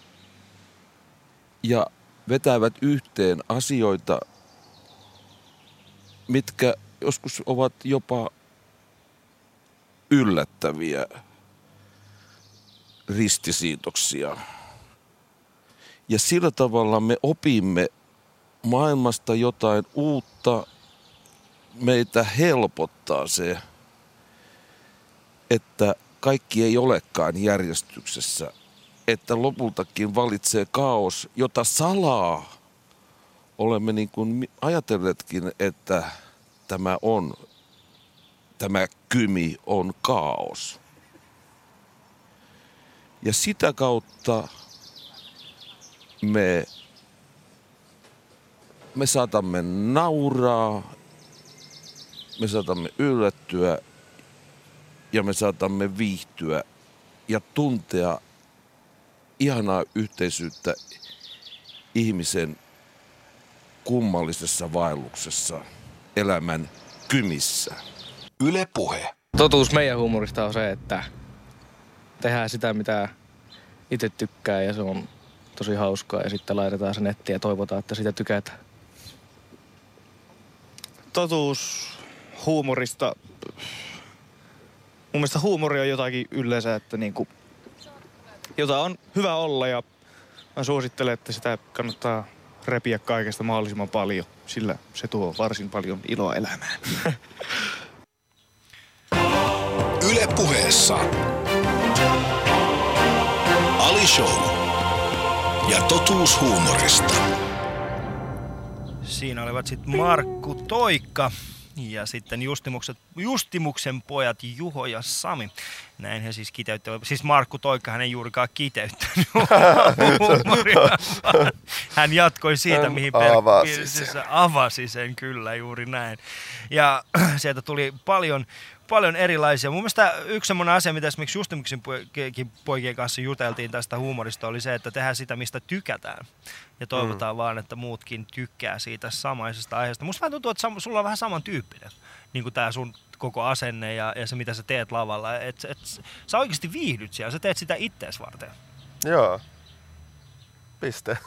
ja vetävät yhteen asioita, mitkä joskus ovat jopa yllättäviä ristisiitoksia. Ja sillä tavalla me opimme maailmasta jotain uutta. Meitä helpottaa se, että kaikki ei olekaan järjestyksessä, että lopultakin valitsee kaos, jota salaa. Olemme niin kuin ajatelleetkin, että tämä kymi on kaos. Ja sitä kautta me saatamme nauraa, me saatamme yllättyä ja me saatamme viihtyä ja tuntea ihanaa yhteisyyttä ihmisen kummallisessa vaelluksessa, elämän kymissä. Yle Puhe. Totuus meidän huumorista on se, että tehdään sitä, mitä itse tykkää ja se on tosi hauskaa ja sitten laitetaan se nettiin ja toivotaan, että sitä tykätään. Totuus huumorista. Mun mielestä huumori on jotakin yleensä, että niinku, jota on hyvä olla ja mä suosittelen, että sitä kannattaa repiä kaikesta mahdollisimman paljon, sillä se tuo varsin paljon iloa elämään. Yle Puheessa Ali Show ja totuus huumorista. Siinä olivat sitten Markku Toikka ja sitten Justimuksen pojat Juho ja Sami. Näin he siis kiteyttävät. Siis Markku Toikka hän ei juurikaan kiteyttänyt huumoria. Hän jatkoi siitä, mihin avasi sen kyllä juuri näin. Ja sieltä tuli paljon erilaisia. Mun mielestä yksi semmoinen asia, mitä esimerkiksi Justimuksen poikien kanssa juteltiin tästä huumorista, oli se, että tehdään sitä, mistä tykätään. Ja toivotaan vaan, että muutkin tykkää siitä samaisesta aiheesta. Musta vähän tuntuu, että sulla on vähän samantyyppinen, niin kuin tää sun koko asenne ja se, mitä sä teet lavalla. Sä oikeasti viihdyt siellä, sä teet sitä ittees varten. Joo. Piste.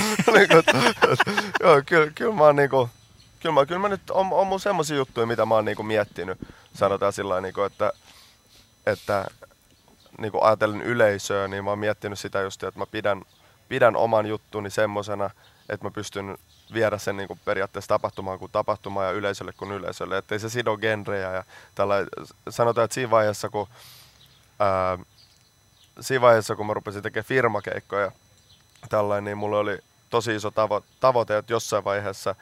Joo, kyllä mä oon niinku... Kyllä mä nyt on mun semmosia juttuja, mitä mä oon niinku miettinyt. Sanotaan sillä niinku, että niinku ajatellen yleisöä, niin mä oon miettinyt sitä just, että mä pidän oman juttuni semmosena, että mä pystyn viedä sen niin kuin periaatteessa tapahtumaan kuin tapahtumaan ja yleisölle kuin yleisölle, ettei se sido genrejä ja sanotaan, että siinä vaiheessa, kun mä rupesin tekemään firmakeikkoja tällainen, niin mulla oli tosi iso tavoite, että jossain vaiheessa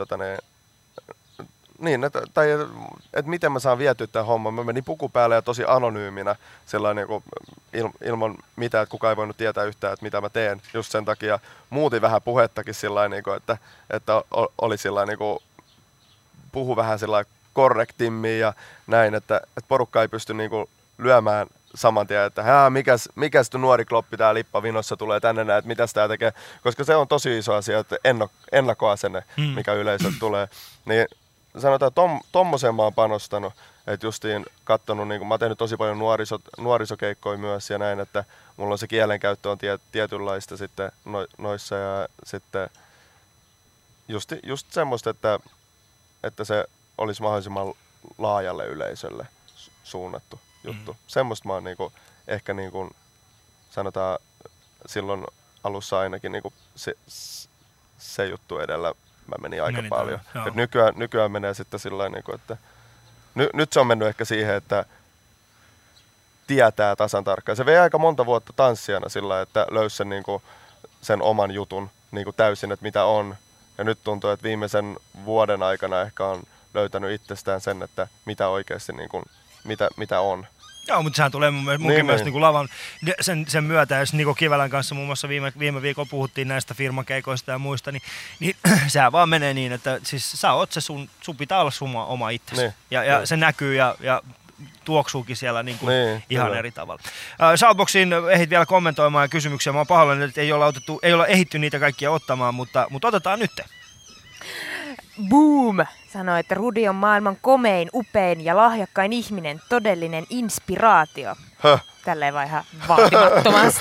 että miten mä saan vietyä tämän homman. Mä menin puku päälle ja tosi anonyyminä sellainen ilman mitään, että kukaan ei voinut tietää yhtään, että mitä mä teen. Just sen takia muutin vähän puhettakin sillain, että oli sillain, puhu vähän sillain korrektimmin ja näin, että porukka ei pysty lyömään saman tien, että mikäs nuori kloppi tää Lippavinossa tulee tänne näin, että mitäs tää tekee, koska se on tosi iso asia, että ennakkoasenne, mikä yleisö tulee, niin sanotaan, että tommoseen mä oon panostanut, että justiin kattonut, mä oon tehnyt tosi paljon nuorisokeikkoja myös ja näin, että mulla on se kielenkäyttö on tietynlaista sitten noissa ja sitten just semmoista, että se olisi mahdollisimman laajalle yleisölle suunnattu juttu. Semmoista mä oon ehkä sanotaan silloin alussa ainakin se juttu edellä mä menin aika paljon. Nykyään menee sitten sillain, että nyt se on mennyt ehkä siihen, että tietää tasan tarkkaan. Se vei aika monta vuotta tanssijana sillä, että löysi sen oman jutun täysin, että mitä on. Ja nyt tuntuu, että viimeisen vuoden aikana ehkä on löytänyt itsestään sen, että mitä oikeasti mitä on. Joo, mutta sehän tulee munkin mielestä lavan sen myötä, jos Niko Kivelän kanssa muun muassa viime viikolla puhuttiin näistä firmakeikoista ja muista, niin sehän vaan menee niin, että siis sä oot se sun pitää olla sun oma itsesi. Ja se näkyy ja tuoksuukin siellä ihan kyllä. Eri tavalla. Shoutboxiin ehdit vielä kommentoimaan ja kysymyksiä. Mä oon pahoillani, että ei olla ehditty niitä kaikkia ottamaan, mutta otetaan nyt. Boom! Sanoi, että Rudi on maailman komein, upein ja lahjakkain ihminen, todellinen inspiraatio. Tälleen vaan ihan vaatimattomasti.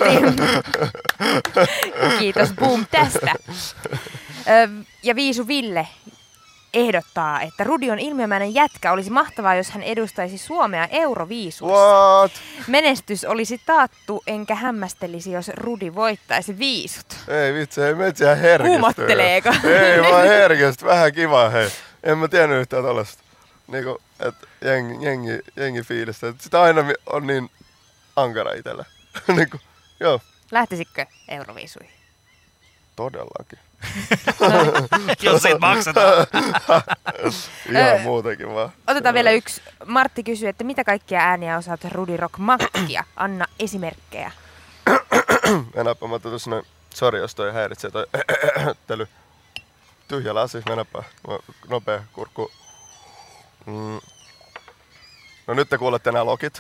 Kiitos Boom tästä. Ja Viisu Ville ehdottaa, että Rudi on ilmiömäinen jätkä. Olisi mahtavaa, jos hän edustaisi Suomea Euroviisuissa. What? Menestys olisi taattu, enkä hämmästelisi, jos Rudi voittaisi viisut. Ei vitsi, ei metsi ihan herkästyy. Kuumotteleeko? Ei vaan herkästyy, vähän kiva hei. En mä tiennyt yhtään tollaista. Että jengi fiilistä. Sitä aina on niin ankara itsellä. Joo. Lähtisitkö Euroviisuihin? Todellakin. Jos siitä maksetaan. Ihan muutenkin vaan. Otetaan vielä yksi. Martti kysyy, että mitä kaikkia ääniä osaat Rudi Rock Mackia? Anna esimerkkejä. Mennäpä, mä tuossa noin. Sori, jos toi häiritsee toi tyhjä lasi. Mennäpä. Nopea kurkku. No nyt te kuulette nämä lokit.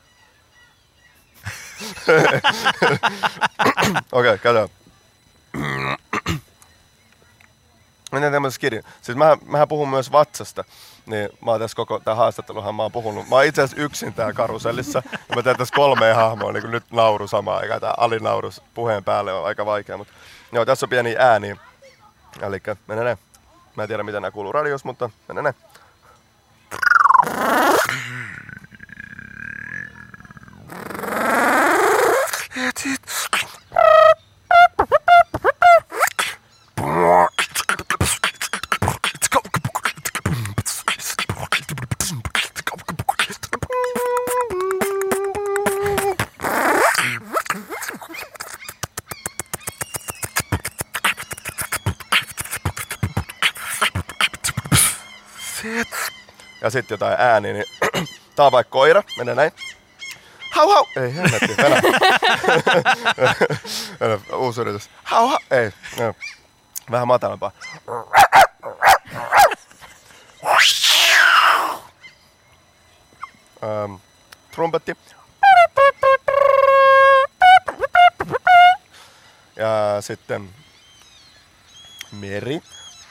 Okei, katsotaan. Mennään tämmöisen kirjan. Siis mähän puhun myös vatsasta. Niin mä oon tässä koko tää haastatteluhan mä oon puhunut. Mä oon itse asiassa yksin tää karusellissa. Ja mä teen tässä 3 hahmoa, niin nyt nauru samaan aikaan. Tää alinaurus puheen päälle on aika vaikea. Mutta joo, tässä on pieniä ääniä. Elikkä mennään ne. Mä en tiedä miten nää kuuluu radiossa, mutta mennään ne. Ja sitten jotain ääniä, niin tää on vaikka koira, menee näin. Hau hau! Ei hemmetti, venä. Uusi yritys. Hau hau! Ei, no. Vähän matalampaa. Trumpetti. Ja sitten meri.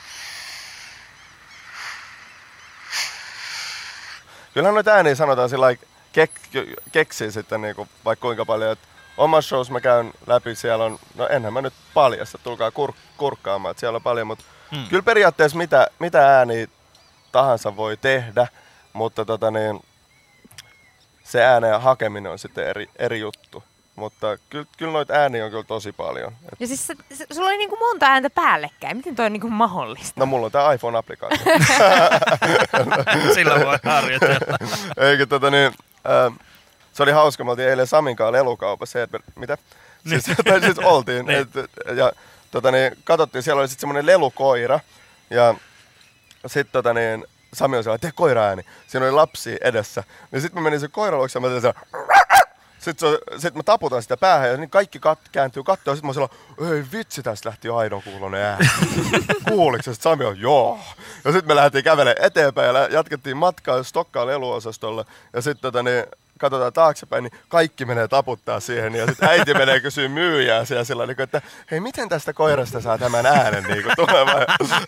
Kyllähän noita ääniä sanotaan sillä keksii sitten niinku vaikka kuinka paljon, että omassa shows mä käyn läpi, siellä on, no enhän mä nyt paljasta, tulkaa kurkkaamaan, että siellä on paljon, mutta kyllä periaatteessa mitä ääniä tahansa voi tehdä, mutta se ääneen hakeminen on sitten eri juttu. Mutta kyllä noita ääniä on kyllä tosi paljon. Ja siis sulla oli niinku monta ääntä päällekkäin. Miten toi on niinku mahdollista? No mulla on tää iPhone-applikaatio. Sillä voi harjoitella. Eikö se oli hauska, me oltiin eilen Samin kanssa lelukaupassa. Mitä? Siis oltiin. Ja katsottiin, siellä oli sitten semmonen lelukoira. Ja sitten Sami on siellä, tee koira-ääni. Siinä oli lapsia edessä. Ja sitten mä menin sen koiraluokse ja mä tein Sitten mä taputan sitä päähän ja niin kaikki kääntyy kattoon. Sitten mä oon siellä, ei vitsi, tästä lähti jo aidon kuulonen ääni. Kuuliko se? Sami on, joo. Ja sitten me lähdettiin kävelemään eteenpäin ja jatkettiin matkaa Stokkaan leluosastolle. Ja sitten katsotaan taaksepäin, niin kaikki menee taputtaa siihen. Ja sitten äiti menee kysyä myyjää siellä sillä niin, että hei, miten tästä koirasta saa tämän äänen niin tulemaan?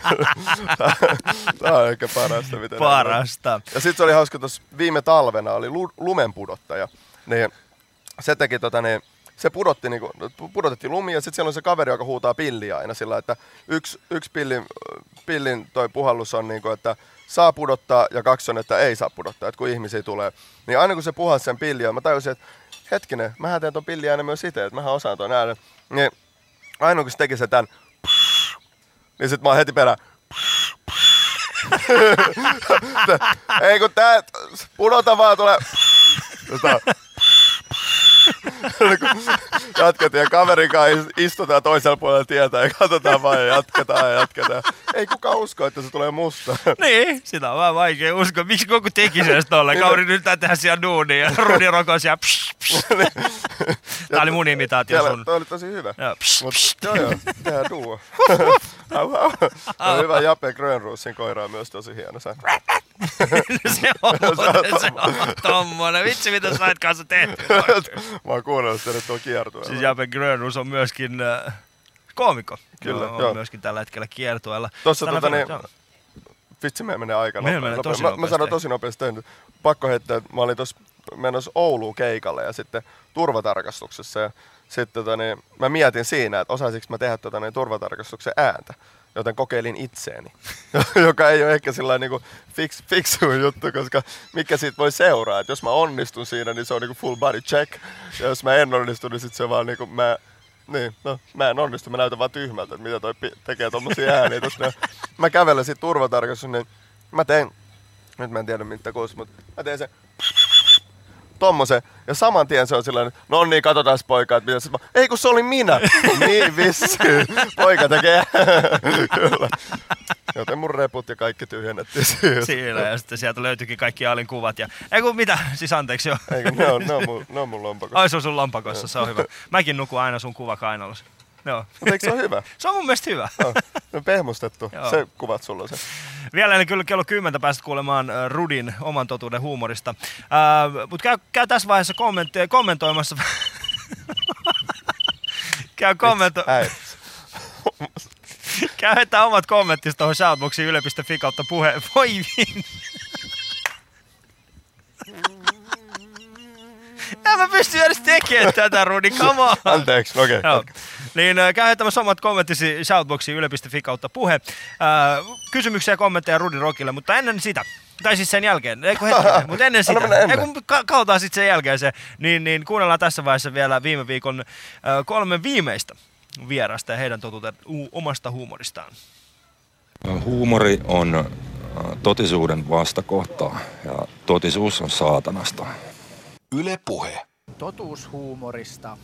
Tämä on ehkä parasta. Parasta. Ja sitten se oli hauska, tuossa viime talvena oli lumenpudottaja. Niin se teki se pudotettiin lumia ja sitten siellä on se kaveri, joka huutaa pilliä aina sillä, että yksi pillin toi puhallus on niinku, että saa pudottaa ja 2 on, että ei saa pudottaa, että kun ihmisiä tulee. Niin aina kun se puhalsi sen pilliä, mä tajusin, että hetkinen, mähän teen ton pilliä äänen myös itse, että mähän osaan ton äänen. Niin aina kun se teki se tän, niin sit mä oon heti perään. Ei kun tää, pudota vaan, tulee. Jatketaan ja kaverin kanssa istutaan toisella puolella tietä ja katsotaan vaan ja jatketaan. Ei kukaan usko, että se tulee musta. Niin, sitä on vähän vaikea uskoa. Miksi koko teki sen tolleen? Kaveri nyt tehdä siellä duunia ja Rudi Roko siellä Tää oli mun imitaatio sun. Toi oli tosi hyvä. Joo, tehdään duo. Hyvä Jape Grönroosin koira on myös tosi hieno. Se on tommonen. Vitsi, mitä sä olet kanssa tehty. Mä oon kuunnellut teille tuolla kiertueella. Siis Jape Grönroos on myöskin koomikko. Kyllä, on myöskin tällä hetkellä kiertueella. Tossa vitsi, meidän menee aika nopeasti. Mä sanon tosi nopeasti. Pakko heittää, että mä olin tossa menossa Ouluun keikalle ja sitten turvatarkastuksessa. Ja sitten mä mietin siinä, että osaisinko mä tehdä turvatarkastuksen ääntä. Joten kokeilin itseäni, joka ei ole ehkä sellainen niinku fiksu juttu, koska mikä siitä voi seuraa. Että jos mä onnistun siinä, niin se on niinku full body check. Ja jos mä en onnistu, niin sit se vaan niinku mä en onnistu, mä näytän vaan tyhmältä, että mitä toi tekee tommosia ääniä. Mä kävelen sit turvatarkastuksen, niin mä tein, nyt mä en tiedä mitä kuulosti, mutta mä tein sen tommosen. Ja saman tien se on sellainen, no niin, katsotaan poika, että mitä. Ei kun se oli minä. Niin vissi. Poika tekee. Kyllä. Joten mun reput ja kaikki tyhjennettiin siinä. Ja sitten sieltä löytyikin kaikki Alin kuvat. Ja ei kun mitä, siis anteeksi jo. Ei kun ne on mun lompakossa. Ai se on sun lompakossa, se on hyvä. Mäkin nukun aina sun kuvakainalossa. Joo. Mutta eikö se ole hyvä? Se on mun mielestä hyvä. No, pehmustettu. Joo. Se kuvat sulla se. Vielä ennen kyllä kello 10 päästä kuulemaan Rudin oman totuuden huumorista. Mutta käy tässä vaiheessa kommentoimassa. Käy heittää omat kommenttisi tuohon shoutboxiin yle.fi/puhe. Voi vin. En mä pysty edes tekemään tätä, Rudi, come on. Anteeksi, okei. Okay. Niin käy heittämässä omat kommenttisi shoutboxiin yle.fi/puhe. Kysymyksiä ja kommentteja Rudi Rockille, mutta ennen sitä, tai siis sen jälkeen, eikö hetkinen, mutta ennen sitä, kautaan sitten sen jälkeen se, niin kuunnellaan tässä vaiheessa vielä viime viikon 3 viimeistä vierasta ja heidän totuuden omasta huumoristaan. Huumori on totisuuden vastakohta ja totisuus on saatanasta. Yle Puhe. Totuus huumorista.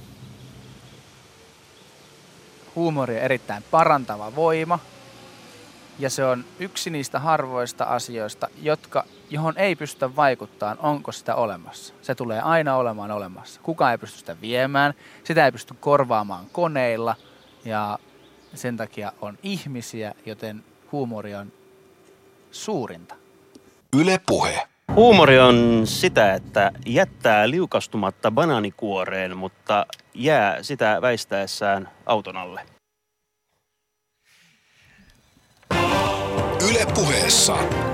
Huumori on erittäin parantava voima ja se on yksi niistä harvoista asioista, johon ei pystytä vaikuttamaan, onko sitä olemassa. Se tulee aina olemaan olemassa. Kukaan ei pysty sitä viemään, sitä ei pysty korvaamaan koneilla ja sen takia on ihmisiä, joten huumori on suurinta. Yle Puhe. Huumori on sitä, että jättää liukastumatta banaanikuoreen, mutta jää sitä väistäessään auton alle. Yle Puheessa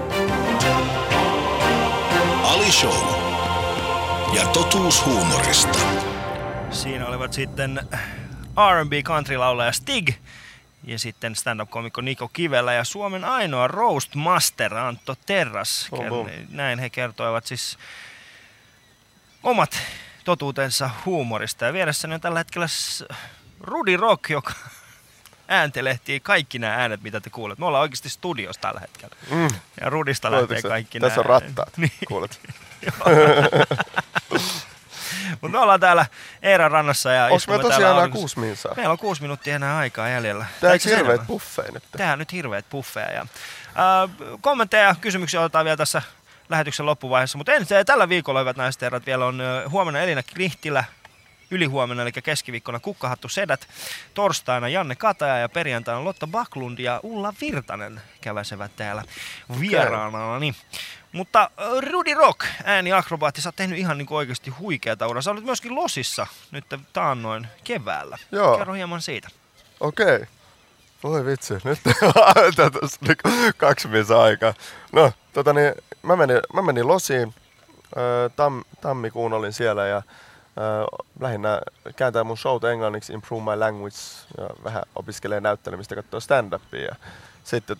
Ali Show ja totuus huumorista. Siinä olivat sitten R&B country-laulaja Stig ja sitten stand-up-komikko Niko Kivelä ja Suomen ainoa roast master Antto Terras. Näin he kertoivat siis omat totuutensa huumorista. Ja vieressäni on tällä hetkellä Rudi Rock, joka ääntelehtii kaikki nämä äänet, mitä te kuulet. Me ollaan oikeasti studiossa tällä hetkellä. Ja Rudista lähtee kaikki nämä. Tässä on rattaat, niin. Kuulet. Mutta me ollaan täällä Eeran rannassa. Onko me tosiaan enää 6 minsaa? Meillä on 6 minuuttia enää aikaa jäljellä. Tehdäänkö hirveät buffeja nyt? Tehdään nyt hirveät buffeja. Ja, kommentteja ja kysymyksiä otetaan vielä tässä lähetyksen loppuvaiheessa. Mutta tällä viikolla, hyvät naiset ja herrat, vielä on huomenna Elina Knihtilä, ylihuomenna eli keskiviikkona Kukkahattu Sedät, torstaina Janne Kataja ja perjantaina Lotta Backlund ja Ulla Virtanen käväsevät täällä vieraana. Niin. Mutta Rudi Rock, ääniakrobaatti, sä oot tehnyt ihan niin oikeasti huikeata uraa. Sä olet myöskin Losissa nyt taannoin keväällä. Joo. Kerro hieman siitä. Okei. Voi vitsi, nyt tässä 2 minsa aikaa. No, mä menin Losiin. Tammikuun olin siellä ja lähinnä kääntää mun showta englanniksi, improve my language ja vähän opiskelee näyttelemistä, katsoo stand-upia. Ja sitten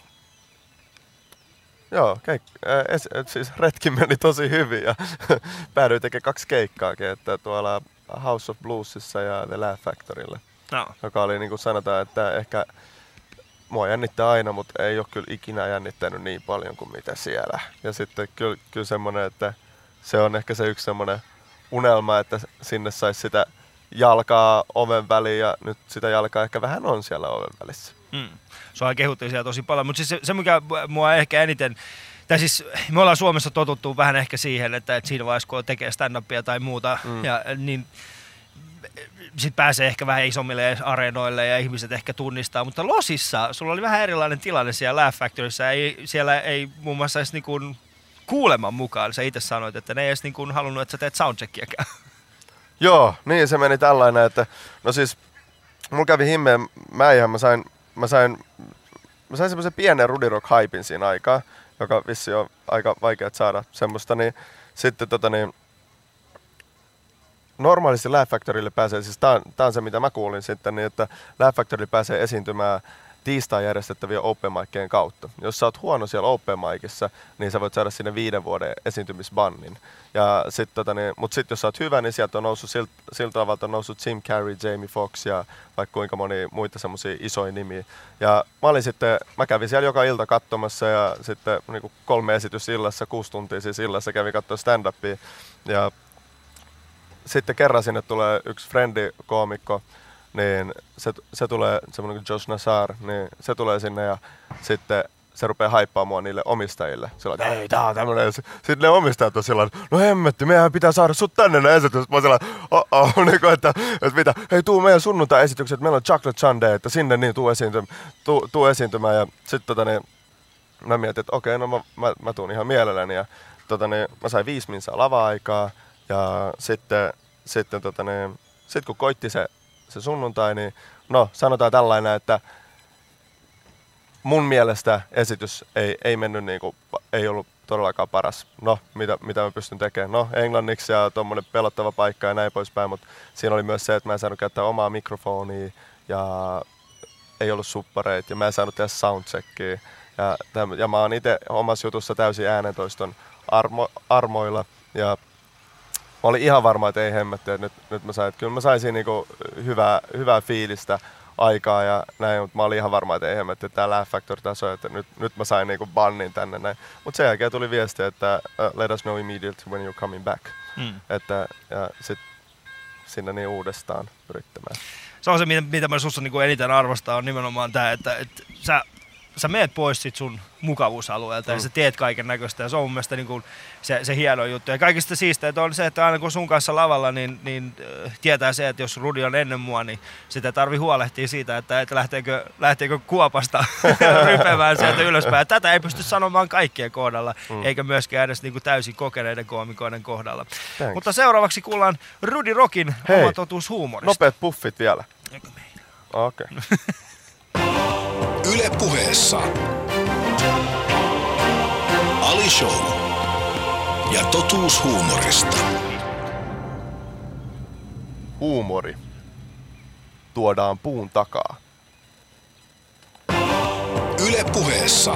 joo, siis retki meni tosi hyvin ja päädyin tekemään 2 keikkaakin, että tuolla House of Bluesissa ja The Laugh Factorylla, joka oli niin kuin sanotaan, että ehkä mua jännittää aina, mutta ei ole kyllä ikinä jännittänyt niin paljon kuin mitä siellä. Ja sitten kyllä semmoinen, että se on ehkä se yksi semmoinen unelma, että sinne saisi sitä jalkaa oven väliin ja nyt sitä jalkaa ehkä vähän on siellä oven välissä. Sua kehuttiin siellä tosi paljon, mutta siis se mikä mua ehkä eniten, tai siis me ollaan Suomessa totuttu vähän ehkä siihen, että siinä vaiheessa kun tekee stand-upia tai muuta, ja niin sitten pääsee ehkä vähän isommille areenoille ja ihmiset ehkä tunnistaa, mutta Losissa sulla oli vähän erilainen tilanne siellä Laugh Factoryssä, siellä ei muun muassa edes niin kuin kuuleman mukaan, sä itse sanoit, että ne ei edes niin kuin halunnut, että sä teet soundcheckiäkään. Joo, niin se meni tällainen, että no siis mulla kävi himmeen mäihän, mä sain semmoisen pienen Rudi Rock-haipin siinä aikaa, joka vissi on aika vaikea saada semmoista, niin sitten normaalisti Laugh Factorylle pääsee, siis tää on se mitä mä kuulin sitten, niin että Laugh Factorylle pääsee esiintymään tiistain järjestettävien open micien kautta. Jos sä oot huono siellä open micissa, niin sä voit saada sinne 5 vuoden esiintymisbannin. Ja mutta sitten jos sä oot hyvä, niin sieltä on noussut siltä tavalla on noussut Jim Carrey, Jamie Foxx ja vaikka kuinka moni muita semmosia isoja nimiä. Ja mä kävin siellä joka ilta katsomassa ja sitten niin 3 esitystä illassa, 6 tuntia siis illassa kävin katsoa stand-upia. Ja sitten kerran sinne tulee yksi frendi-koomikko, niin se tulee, semmoinen kuin Josh Nassar, niin se tulee sinne ja sitten se rupeaa haippaamaan mua niille omistajille. Sillä että hei, tää on tämmönen. Sitten ne omistajat on sillä no hemmetti, meidän pitää saada sut tänne ne esitykset. Mä oon sillä niin että mitä, hei tuu meidän sunnuntai-esitykset, meillä on Chocolate Sunday, että sinne niin tuu esiintymään. Ja sitten mä mietin, että okei, no mä tuun ihan mielelläni. Ja mä sain 5 minsaa lava-aikaa ja sitten kun koitti se sunnuntai, niin no sanotaan tällainen, että mun mielestä esitys ei mennyt niinku, ei ollut todellakaan paras. No, mitä mä pystyn tekemään? No, englanniksi ja tommonen pelottava paikka ja näin poispäin, mutta siinä oli myös se, että mä en saanut käyttää omaa mikrofonia ja ei ollut suppareita ja mä en saanut tehdä soundcheckia. Ja mä oon itse omassa jutussa täysin äänentoiston armoilla ja mä olin ihan varma, että ei hemmetti, että nyt mä sain, että kyllä mä saisin niinku hyvää fiilistä aikaa ja näin, mutta mä olin ihan varma, että ei hemmetti, että tää Laugh Factory-taso, että nyt mä sain niinku bannin tänne näin. Mutta sen jälkeen tuli viesti, että let us know immediately when you're coming back. Että ja sit sinne niin uudestaan yrittämään. Se on se, mitä mä sussa niinku eniten arvostaa, on nimenomaan tää, että sä meet pois sit sun mukavuusalueelta ja sä teet kaiken näköistä ja se on mun mielestä niin kuin se hieno juttu. Ja kaikista siisteintä on se, että aina kun sun kanssa lavalla, niin tietää se, että jos Rudi on ennen mua, niin sitä tarvii huolehtia siitä, että lähteekö kuopasta rypemään sieltä ylöspäin. Tätä ei pysty sanomaan kaikkien kohdalla, eikä myöskään edes niin kuin täysin kokeneiden koomikoiden kohdalla. Thanks. Mutta seuraavaksi kuullaan Rudi Rockin oma totuus huumorista. Nopeat puffit vielä. Okei. Yle Puheessa Ali Show ja totuus huumorista. Huumori tuodaan puun takaa. Yle Puheessa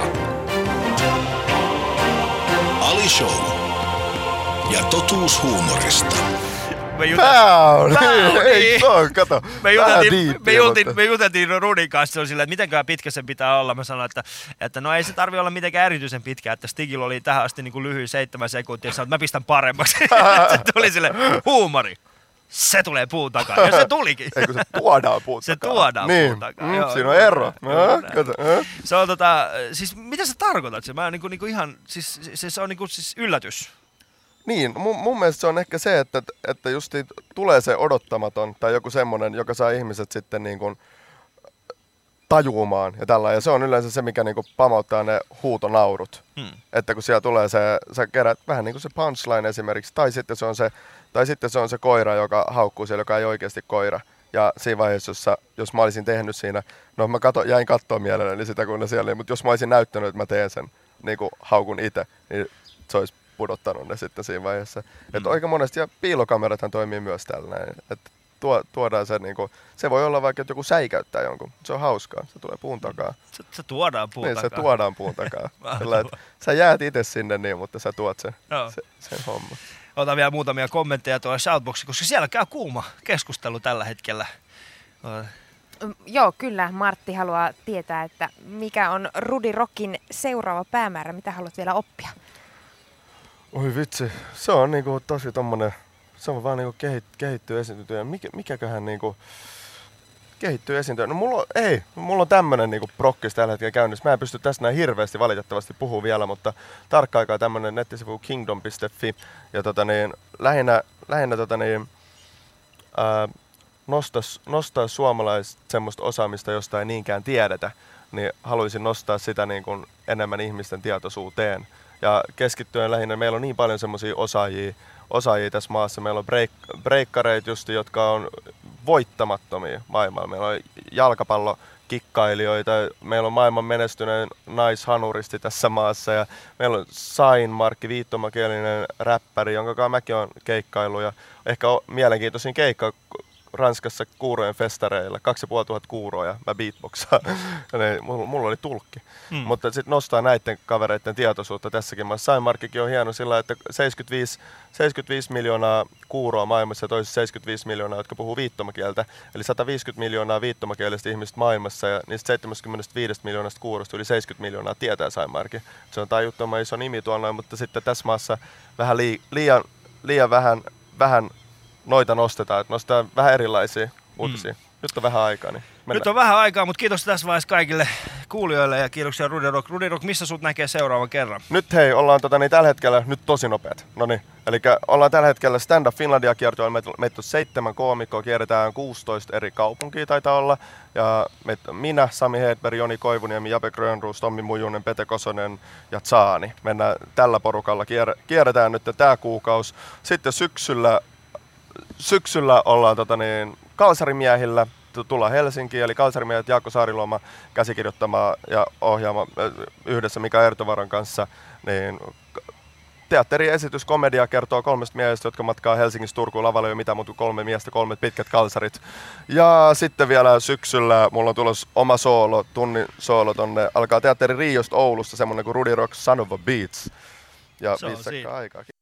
Ali Show ja totuus huumorista. Ei, se on, kato. Me juteltiin Rudin kanssa, se oli silleen, että mitenkään pitkä sen pitää olla. Mä sanoin, että no ei se tarvi olla mitenkään erityisen pitkä, että Stigillä oli tähän asti niin kuin lyhyin 7 sekuntia, ja sanoin, että mä pistän paremmaksi. Se tuli silleen, huumori. Se tulee puun takaa, ja se tulikin. Eikö se tuodaan puun takaa? Se tuodaan niin. puun takaa. Joo, siinä on ero. Se on siis mitä sä tarkoitat? Mä niinku ihan, siis se on niinku siis yllätys. Niin, mun mielestä se on ehkä se, että just tulee se odottamaton tai joku semmoinen, joka saa ihmiset sitten niin kuin tajuumaan ja tällä. Ja se on yleensä se, mikä niin kuin pamauttaa ne huutonaurut. Että kun siellä tulee sä kerät vähän niin kuin se punchline esimerkiksi, tai sitten se on se koira, joka haukkuu siellä, joka ei oikeasti koira. Ja siinä vaiheessa, jos mä olisin tehnyt siinä, no mä jäin katsoa mielelläni sitä, kun ne siellä, mutta jos mä olisin näyttänyt, että mä teen sen niin kuin haukun itse, niin se olisi pudottanut ne sitten siinä vaiheessa. Että aika monesti, ja piilokamerathan toimii myös tällainen, että tuodaan se niinku, se voi olla vaikka, että joku säikäyttää jonkun, se on hauskaa, se tulee puun takaa. Se tuodaan puun takaa. Se tuodaan puun takaa. Sä jäät itse sinne niin, mutta sä tuot sen homma. Otan vielä muutamia kommentteja tuolla Shoutboxiin, koska siellä käy kuuma keskustelu tällä hetkellä. Joo, kyllä. Martti haluaa tietää, että mikä on Rudi Rockin seuraava päämäärä, mitä haluat vielä oppia? Oi vitsi, se on niinku tosi tommonen, se on vaan niinku kehittyy esiintyä. Mikäköhän niinku kehittyy esiintyä? No mulla on tämmönen niinku prokkis tällä hetkellä käynnissä. Mä en pysty tästä näin hirveästi valitettavasti puhua vielä, mutta tarkka aikaa tämmönen nettisivu kingdom.fi ja lähinnä nostaa suomalaista semmoista osaamista, josta ei niinkään tiedetä, niin haluaisin nostaa sitä niin kuin enemmän ihmisten tietoisuuteen. Ja keskittyen lähinnä, meillä on niin paljon semmoisia osaajia tässä maassa. Meillä on breikkareita just, jotka on voittamattomia maailmalla. Meillä on jalkapallokikkailijoita, meillä on maailman menestyneen naishanuristi tässä maassa. Ja meillä on Sain Markki, viittomakielinen räppäri, jonka kanssa mäkin olen keikkailu. Ja ehkä mielenkiintoisin keikka Ranskassa kuurojen festareilla, 2500 kuuroa ja mä beatboxaan. Mulla oli tulkki. Mutta sitten nostaa näiden kavereiden tietoisuutta tässäkin maassa. Saimarkkikin on hieno sillä, että 75 miljoonaa kuuroa maailmassa ja toisessa 75 miljoonaa, jotka puhuu viittomakieltä. Eli 150 miljoonaa viittomakielistä ihmistä maailmassa ja niistä 75 miljoonasta kuurosta yli 70 miljoonaa tietää Saimarkin. Se on tajuttoman iso nimi tuolla, mutta sitten tässä maassa vähän liian vähän noita nostetaan, että nostetaan vähän erilaisia uutisia. Nyt on vähän aikaa, niin mennään. Nyt on vähän aikaa, mutta kiitos tässä vaiheessa kaikille kuulijoille ja kiitoksia Rudi Rock. Rudi Rock, missä sut näkee seuraavan kerran? Nyt hei, ollaan tällä hetkellä nyt tosi nopeat. Noniin, eli ollaan tällä hetkellä Stand Up Finlandia kiertoilla. Meitä on 7 koomikkoa, kierretään 16 eri kaupunkia taitaa olla. Ja minä, Sami Hedberg, Joni Koivuniemi, Jape Grönroos, Tommi Mujunen, Pete Kosonen ja Tsaani. Mennään tällä porukalla, kierretään nyt tää kuukausi. Sitten syksyllä ollaan Kalsarimiehillä, tullaan Helsinkiin, eli Kalsarimiehet Jaakko Saariluoma käsikirjoittama ja ohjaama yhdessä Mika Ertovaran kanssa, niin teatteriesitys, komedia kertoo 3 miehestä, jotka matkaa Helsingistä Turkuun lavalle, ei ole mitään muuta kuin 3 miestä, 3 pitkät kalsarit. Ja sitten vielä syksyllä mulla on tulossa oma tunnin soolo tonne, alkaa Teatteri Riosta Oulusta, semmonen kuin Rudi Rock Son of a Beats. Ja 5 aikaa.